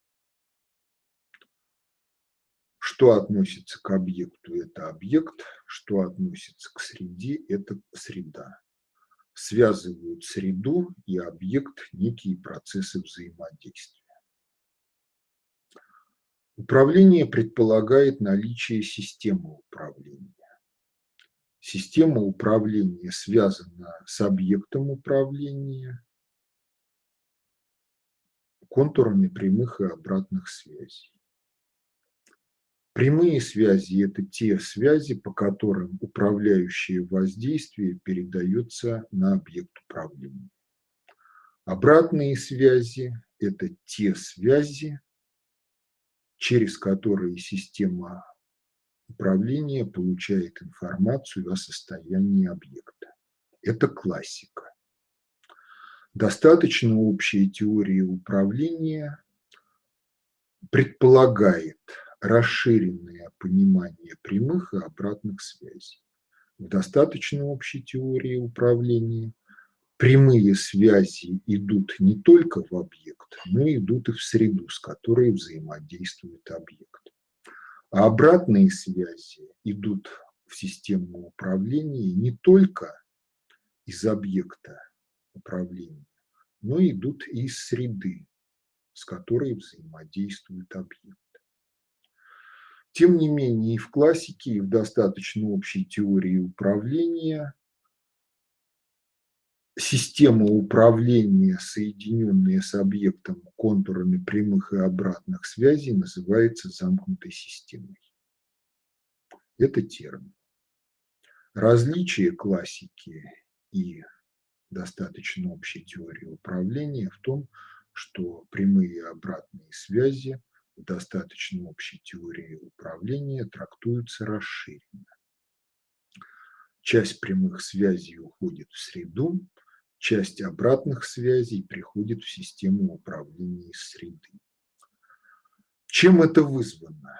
Speaker 1: Что относится к объекту – это объект, что относится к среде – это среда. Связывают среду и объект некие процессы взаимодействия. Управление предполагает наличие системы управления. Система управления связана с объектом управления, контурами прямых и обратных связей. Прямые связи – это те связи, по которым управляющее воздействие передается на объект управления. Обратные связи – это те связи, через которые система управления получает информацию о состоянии объекта. Это классика. Достаточно общая теория управления предполагает расширенное понимание прямых и обратных связей. В достаточно общей теории управления прямые связи идут не только в объект, но и идут и в среду, с которой взаимодействует объект. А обратные связи идут в систему управления не только из объекта управления, но и идут и из среды, с которой взаимодействует объект. Тем не менее, и в классике, и в достаточно общей теории управления система управления, соединенная с объектом контурами прямых и обратных связей, называется замкнутой системой. Это термин. Различие классики и достаточно общей теории управления в том, что прямые и обратные связи в достаточно общей теории управления трактуются расширенно. Часть прямых связей уходит в среду, часть обратных связей приходит в систему управления из среды. Чем это вызвано?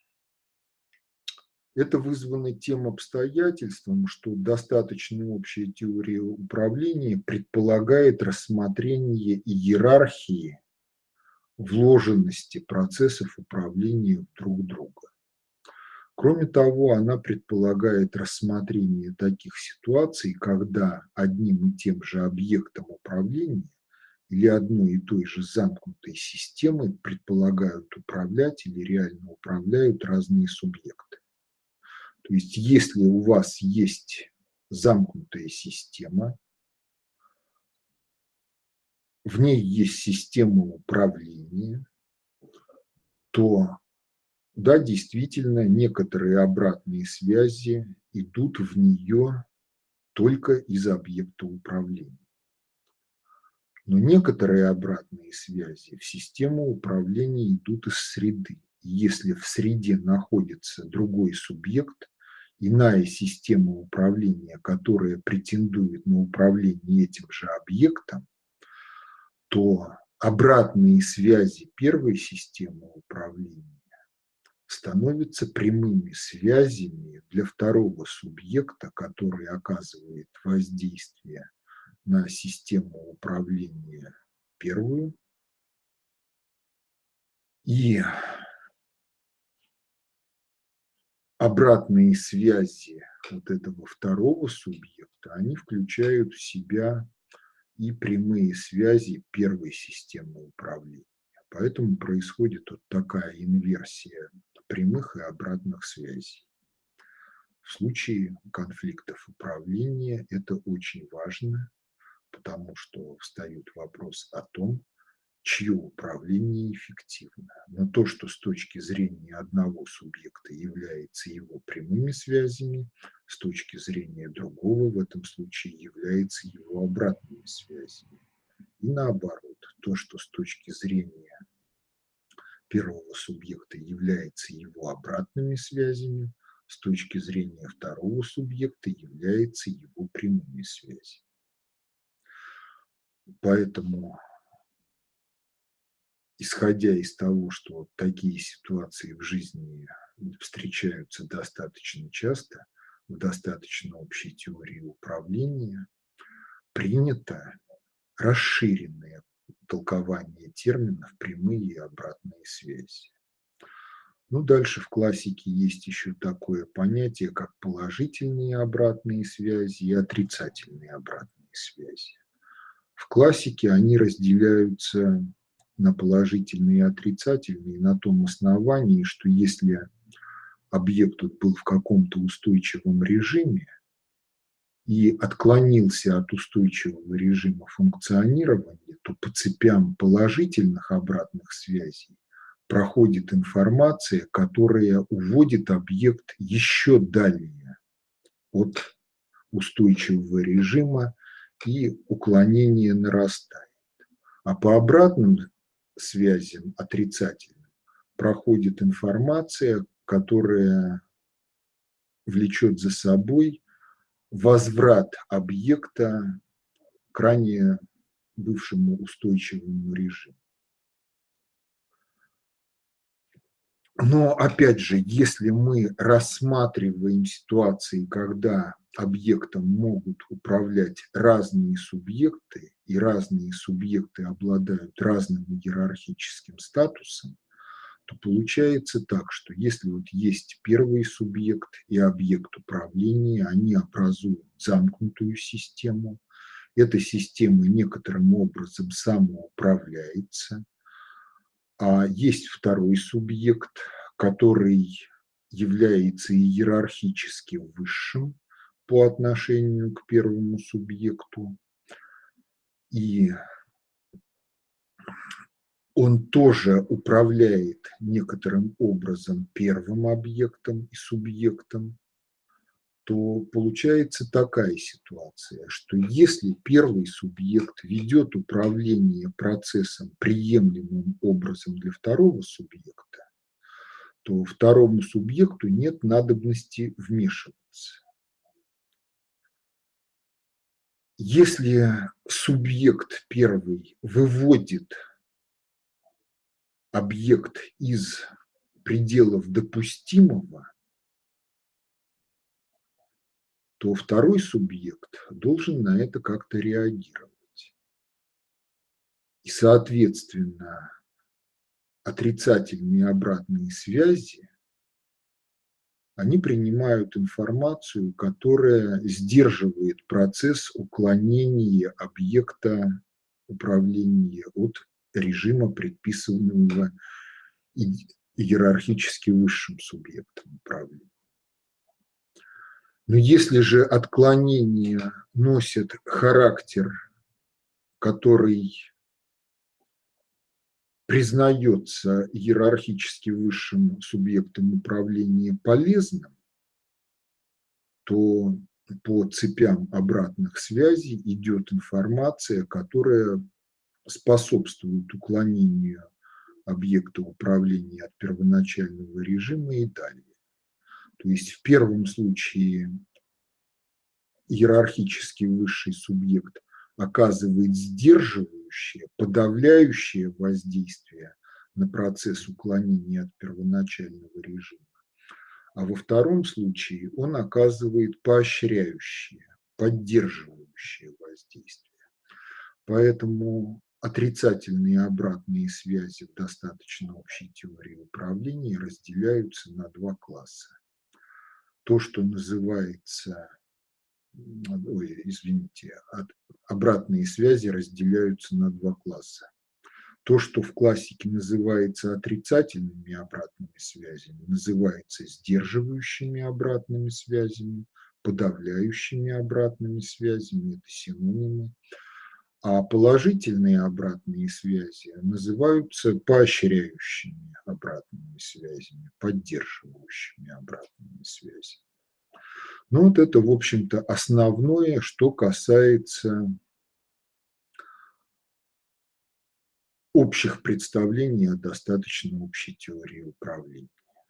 Speaker 1: Это вызвано тем обстоятельством, что достаточно общая теория управления предполагает рассмотрение иерархии вложенности процессов управления друг в друга. Кроме того, она предполагает рассмотрение таких ситуаций, когда одним и тем же объектом управления или одной и той же замкнутой системой предполагают управлять или реально управляют разные субъекты. То есть, если у вас есть замкнутая система, в ней есть система управления, то да, действительно, некоторые обратные связи идут в нее только из объекта управления. Но некоторые обратные связи в систему управления идут из среды. Если в среде находится другой субъект, иная система управления, которая претендует на управление этим же объектом, то обратные связи первой системы управления становятся прямыми связями для второго субъекта, который оказывает воздействие на систему управления первую. И обратные связи вот этого второго субъекта, они включают в себя и прямые связи первой системы управления. Поэтому происходит вот такая инверсия прямых и обратных связей. В случае конфликтов управления это очень важно, потому что встает вопрос о том, чье управление эффективно. Но то, что с точки зрения одного субъекта является его прямыми связями, с точки зрения другого в этом случае является его обратными связями. И наоборот, то, что с точки зрения первого субъекта является его обратными связями, с точки зрения второго субъекта является его прямыми связями. Поэтому, исходя из того, что такие ситуации в жизни встречаются достаточно часто, в достаточно общей теории управления, принято расширенное толкование терминов прямые и обратные связи. Ну, дальше в классике есть еще такое понятие, как положительные обратные связи и отрицательные обратные связи. В классике они разделяются на положительные и отрицательные на том основании, что если объект был в каком-то устойчивом режиме и отклонился от устойчивого режима функционирования, то по цепям положительных обратных связей проходит информация, которая уводит объект еще далее от устойчивого режима, и уклонение нарастает. А по обратным связям отрицательным проходит информация, которая влечет за собой возврат объекта к ранее бывшему устойчивому режиму. Но, опять же, если мы рассматриваем ситуации, когда объектом могут управлять разные субъекты, и разные субъекты обладают разным иерархическим статусом, то получается так, что если вот есть первый субъект и объект управления, они образуют замкнутую систему, эта система некоторым образом самоуправляется, а есть второй субъект, который является иерархически высшим по отношению к первому субъекту, и он тоже управляет некоторым образом первым объектом и субъектом, то получается такая ситуация, что если первый субъект ведет управление процессом приемлемым образом для второго субъекта, то второму субъекту нет надобности вмешиваться. Если субъект первый выводит объект из пределов допустимого, то второй субъект должен на это как-то реагировать. И, соответственно, отрицательные обратные связи, они принимают информацию, которая сдерживает процесс уклонения объекта управления от режима, предписанного иерархически высшим субъектом управления. Но если же отклонения носят характер, который признается иерархически высшим субъектом управления полезным, то по цепям обратных связей идет информация, которая способствует уклонению объекта управления от первоначального режима и далее. То есть в первом случае иерархически высший субъект оказывает сдерживающее, подавляющее воздействие на процесс уклонения от первоначального режима, а во втором случае он оказывает поощряющее, поддерживающее воздействие. Поэтому отрицательные и обратные связи в достаточно общей теории управления разделяются на два класса. То, что называется, обратные связи разделяются на два класса. То, что в классике называется отрицательными обратными связями, называется сдерживающими обратными связями, подавляющими обратными связями, это синонимы. А положительные обратные связи называются поощряющими обратными связями, поддерживающими обратными связями. Ну вот это, в общем-то, основное, что касается общих представлений о достаточно общей теории управления.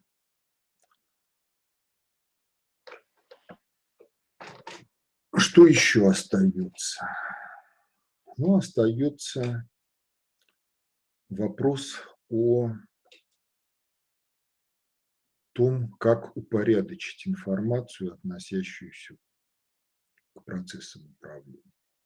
Speaker 1: Что еще остается? Ну, остается вопрос о том, как упорядочить информацию, относящуюся к процессам управления.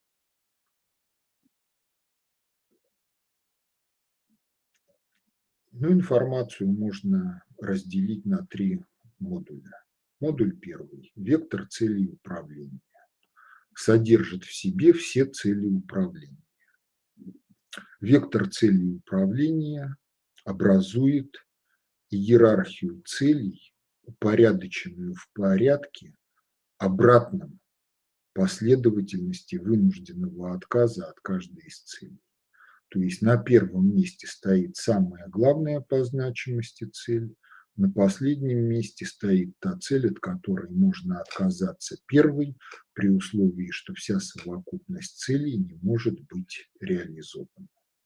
Speaker 1: Ну, информацию можно разделить на три модуля. Модуль первый – вектор целей управления. Содержит в себе все цели управления. Вектор целей управления образует иерархию целей, упорядоченную в порядке, обратном последовательности вынужденного отказа от каждой из целей. То есть на первом месте стоит самая главная по значимости цель, на последнем месте стоит та цель, от которой можно отказаться первой, при условии, что вся совокупность целей не может быть реализована.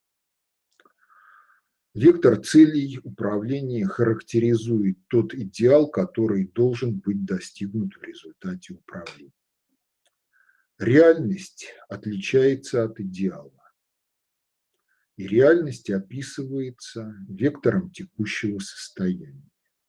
Speaker 1: Вектор целей управления характеризует тот идеал, который должен быть достигнут в результате управления. Реальность отличается от идеала. И реальность описывается вектором текущего состояния.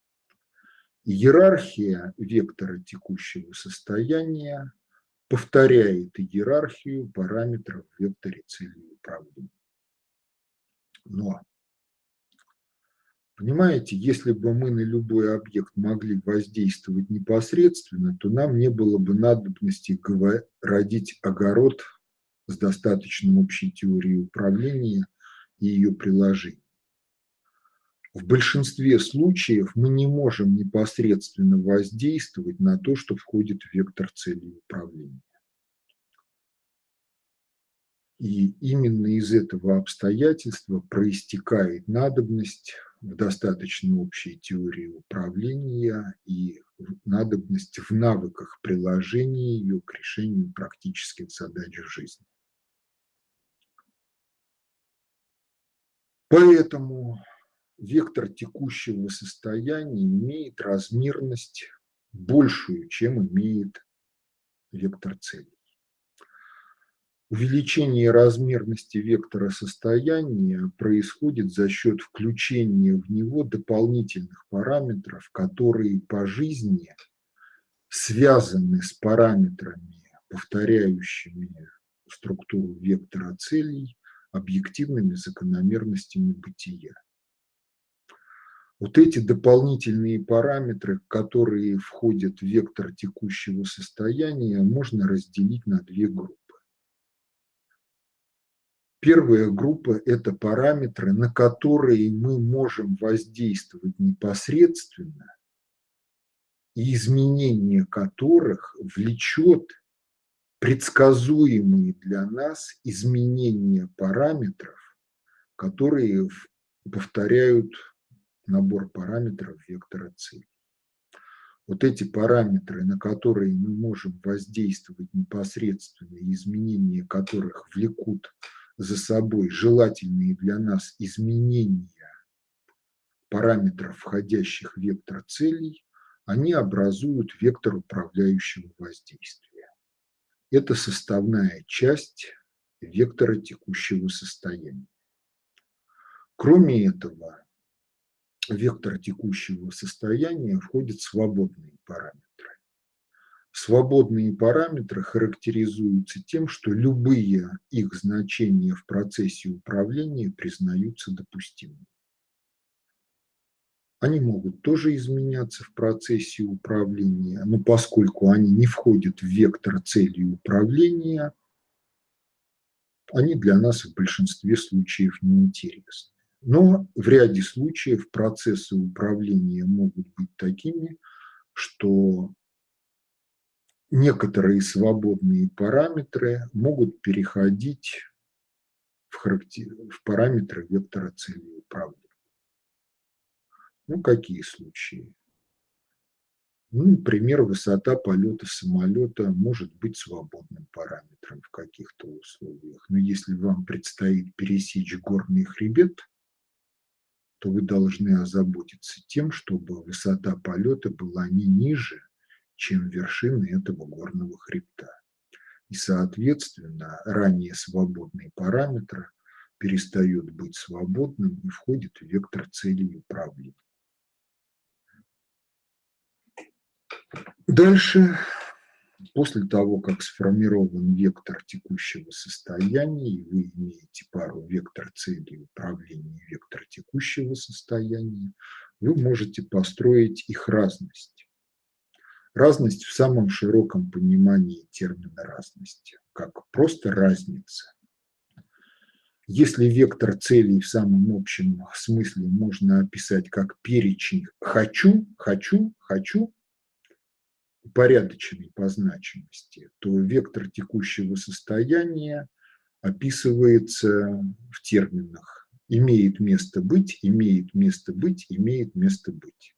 Speaker 1: Иерархия вектора текущего состояния повторяет иерархию параметров в векторе целей управления. Но, понимаете, если бы мы на любой объект могли воздействовать непосредственно, то нам не было бы надобности родить огород с достаточно общей теорией управления и ее приложений. В большинстве случаев мы не можем непосредственно воздействовать на то, что входит в вектор целей управления. И именно из этого обстоятельства проистекает надобность в достаточно общей теории управления и надобность в навыках приложения ее к решению практических задач в жизни. Поэтому вектор текущего состояния имеет размерность большую, чем имеет вектор целей. Увеличение размерности вектора состояния происходит за счет включения в него дополнительных параметров, которые по жизни связаны с параметрами, повторяющими структуру вектора целей, объективными закономерностями бытия. Вот эти дополнительные параметры, которые входят в вектор текущего состояния, можно разделить на две группы. Первая группа – это параметры, на которые мы можем воздействовать непосредственно, и изменение которых влечет предсказуемые для нас изменения параметров, которые повторяют набор параметров вектора цели. Вот эти параметры, на которые мы можем воздействовать непосредственно, изменения которых влекут за собой желательные для нас изменения параметров, входящих в вектор целей, они образуют вектор управляющего воздействия. Это составная часть вектора текущего состояния. Кроме этого, в вектор текущего состояния входят свободные параметры. Свободные параметры характеризуются тем, что любые их значения в процессе управления признаются допустимыми. Они могут тоже изменяться в процессе управления, но поскольку они не входят в вектор цели управления, они для нас в большинстве случаев неинтересны. Но в ряде случаев процессы управления могут быть такими, что некоторые свободные параметры могут переходить в параметры вектора цели управления. Ну, какие случаи? Ну, например, высота полета самолета может быть свободным параметром в каких-то условиях. Но если вам предстоит пересечь горный хребет, то вы должны озаботиться тем, чтобы высота полета была не ниже, чем вершина этого горного хребта. И, соответственно, ранее свободный параметр перестает быть свободным и входит в вектор целей управления. Дальше, после того, как сформирован вектор текущего состояния, и вы имеете пару вектор целей управления и вектор текущего состояния, вы можете построить их разность. Разность в самом широком понимании термина разности, как просто разница. Если вектор целей в самом общем смысле можно описать как перечень «хочу», «хочу», «хочу», упорядоченный по значимости, то вектор текущего состояния описывается в терминах «имеет место быть», «имеет место быть», «имеет место быть».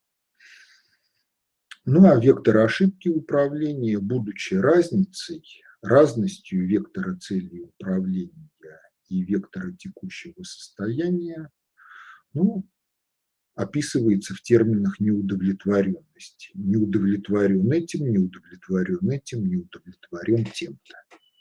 Speaker 1: Ну а вектор ошибки управления, будучи разностью вектора цели управления и вектора текущего состояния, ну, описывается в терминах неудовлетворенности. Неудовлетворен этим, неудовлетворен этим, неудовлетворен тем-то.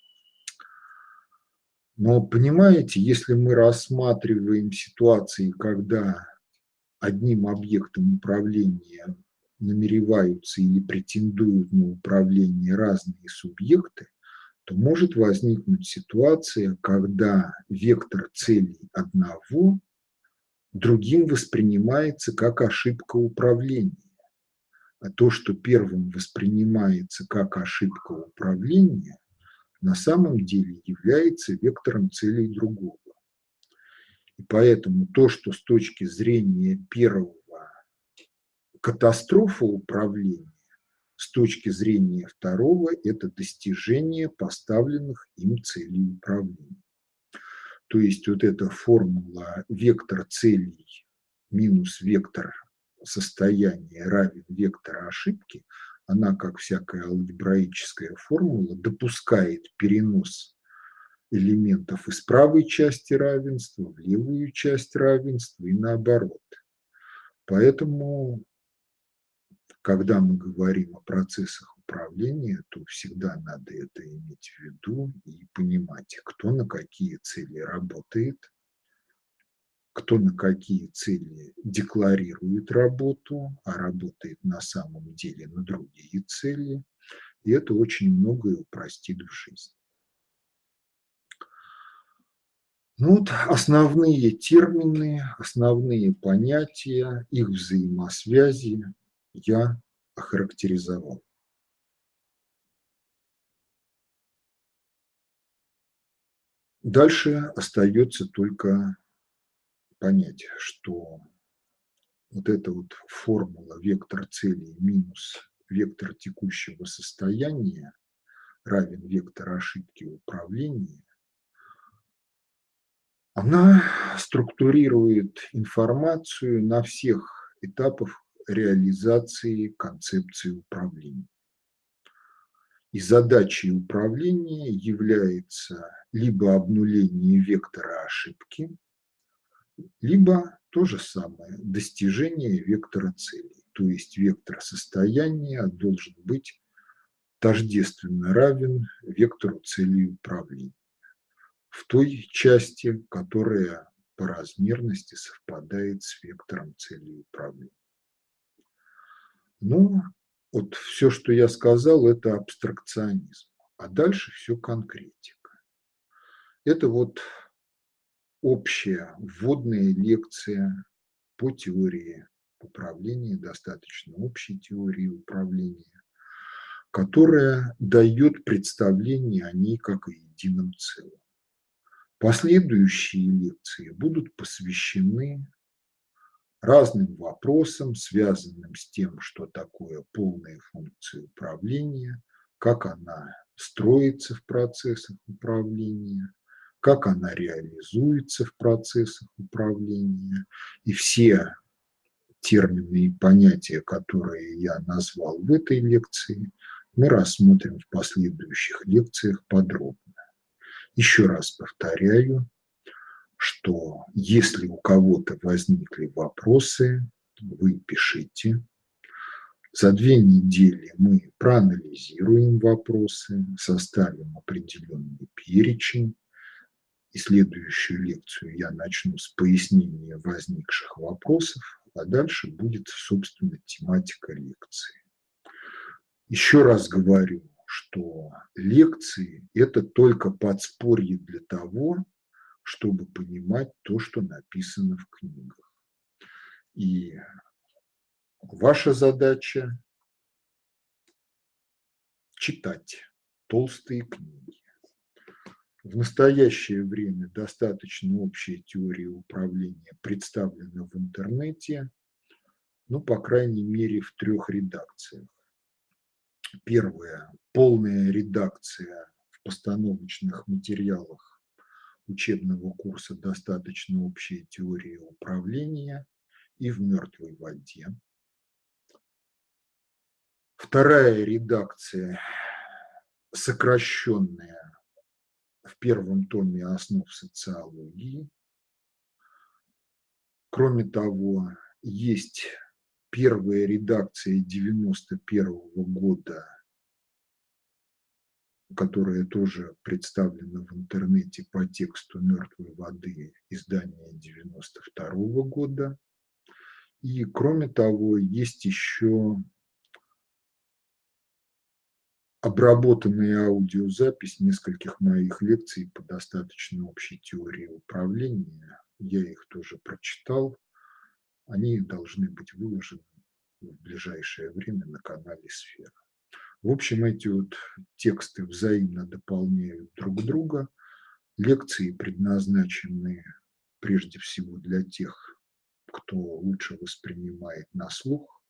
Speaker 1: Но понимаете, если мы рассматриваем ситуации, когда одним объектом управления намереваются или претендуют на управление разные субъекты, то может возникнуть ситуация, когда вектор целей одного другим воспринимается как ошибка управления. А то, что первым воспринимается как ошибка управления, на самом деле является вектором целей другого. И поэтому то, что с точки зрения первого катастрофа управления, с точки зрения второго это достижение поставленных им целей управления. То есть вот эта формула вектор целей минус вектор состояния равен вектор ошибки, она, как всякая алгебраическая формула, допускает перенос элементов из правой части равенства в левую часть равенства и наоборот. Поэтому, когда мы говорим о процессах управления, то всегда надо это иметь в виду и понимать, кто на какие цели работает, кто на какие цели декларирует работу, а работает на самом деле на другие цели. И это очень многое упростит в жизни. Ну вот основные термины, основные понятия, их взаимосвязи я охарактеризовал. Дальше остается только понять, что вот эта вот формула вектор целей минус вектор текущего состояния равен вектор ошибки управления, Она структурирует информацию на всех этапах реализации концепции управления. И задачей управления является либо обнуление вектора ошибки, либо то же самое – достижение вектора целей. То есть вектор состояния должен быть тождественно равен вектору целей управления в той части, которая по размерности совпадает с вектором целей управления. Ну, вот все, что я сказал, это абстракционизм, а дальше все конкретика. Это вот общая вводная лекция по теории управления, достаточно общей теории управления, которая дает представление о ней как о едином целом. Последующие лекции будут посвящены разным вопросам, связанным с тем, что такое полная функция управления, как она строится в процессах управления, как она реализуется в процессах управления. И все термины и понятия, которые я назвал в этой лекции, мы рассмотрим в последующих лекциях подробно. Еще раз повторяю, что если у кого-то возникли вопросы, вы пишите. За 2 недели мы проанализируем вопросы, составим определенный перечень, и следующую лекцию я начну с пояснения возникших вопросов, а дальше будет, собственно, тематика лекции. Еще раз говорю, что лекции – это только подспорье для того, чтобы понимать то, что написано в книгах. И ваша задача – читать толстые книги. В настоящее время достаточно общая теория управления представлена в интернете, ну, по крайней мере, в 3 редакциях. Первая – полная редакция в постановочных материалах учебного курса «Достаточно общая теория управления» и в «Мертвой воде». Вторая редакция, сокращенная, в первом томе «Основ социологии». Кроме того, есть первая редакция 1991 года, которая тоже представлена в интернете по тексту «Мертвой воды», издание 1992 года. И, кроме того, есть еще обработанная аудиозапись нескольких моих лекций по достаточно общей теории управления. Я их тоже прочитал. Они должны быть выложены в ближайшее время на канале «Сфера». В общем, эти вот тексты взаимно дополняют друг друга. Лекции предназначены прежде всего для тех, кто лучше воспринимает на слух,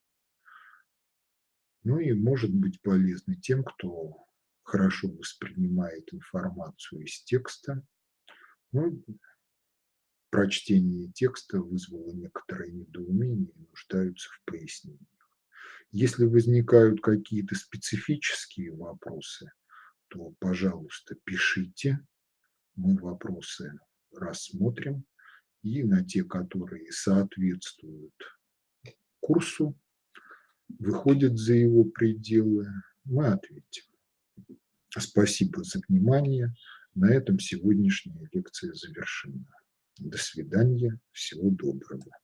Speaker 1: ну и может быть полезны тем, кто хорошо воспринимает информацию из текста. Ну, прочтение текста вызвало некоторое недоумение и нуждаются в пояснениях. Если возникают какие-то специфические вопросы, то, пожалуйста, пишите, мы вопросы рассмотрим, и на те, которые соответствуют курсу, выходят за его пределы, мы ответим. Спасибо за внимание. На этом сегодняшняя лекция завершена. До свидания. Всего доброго.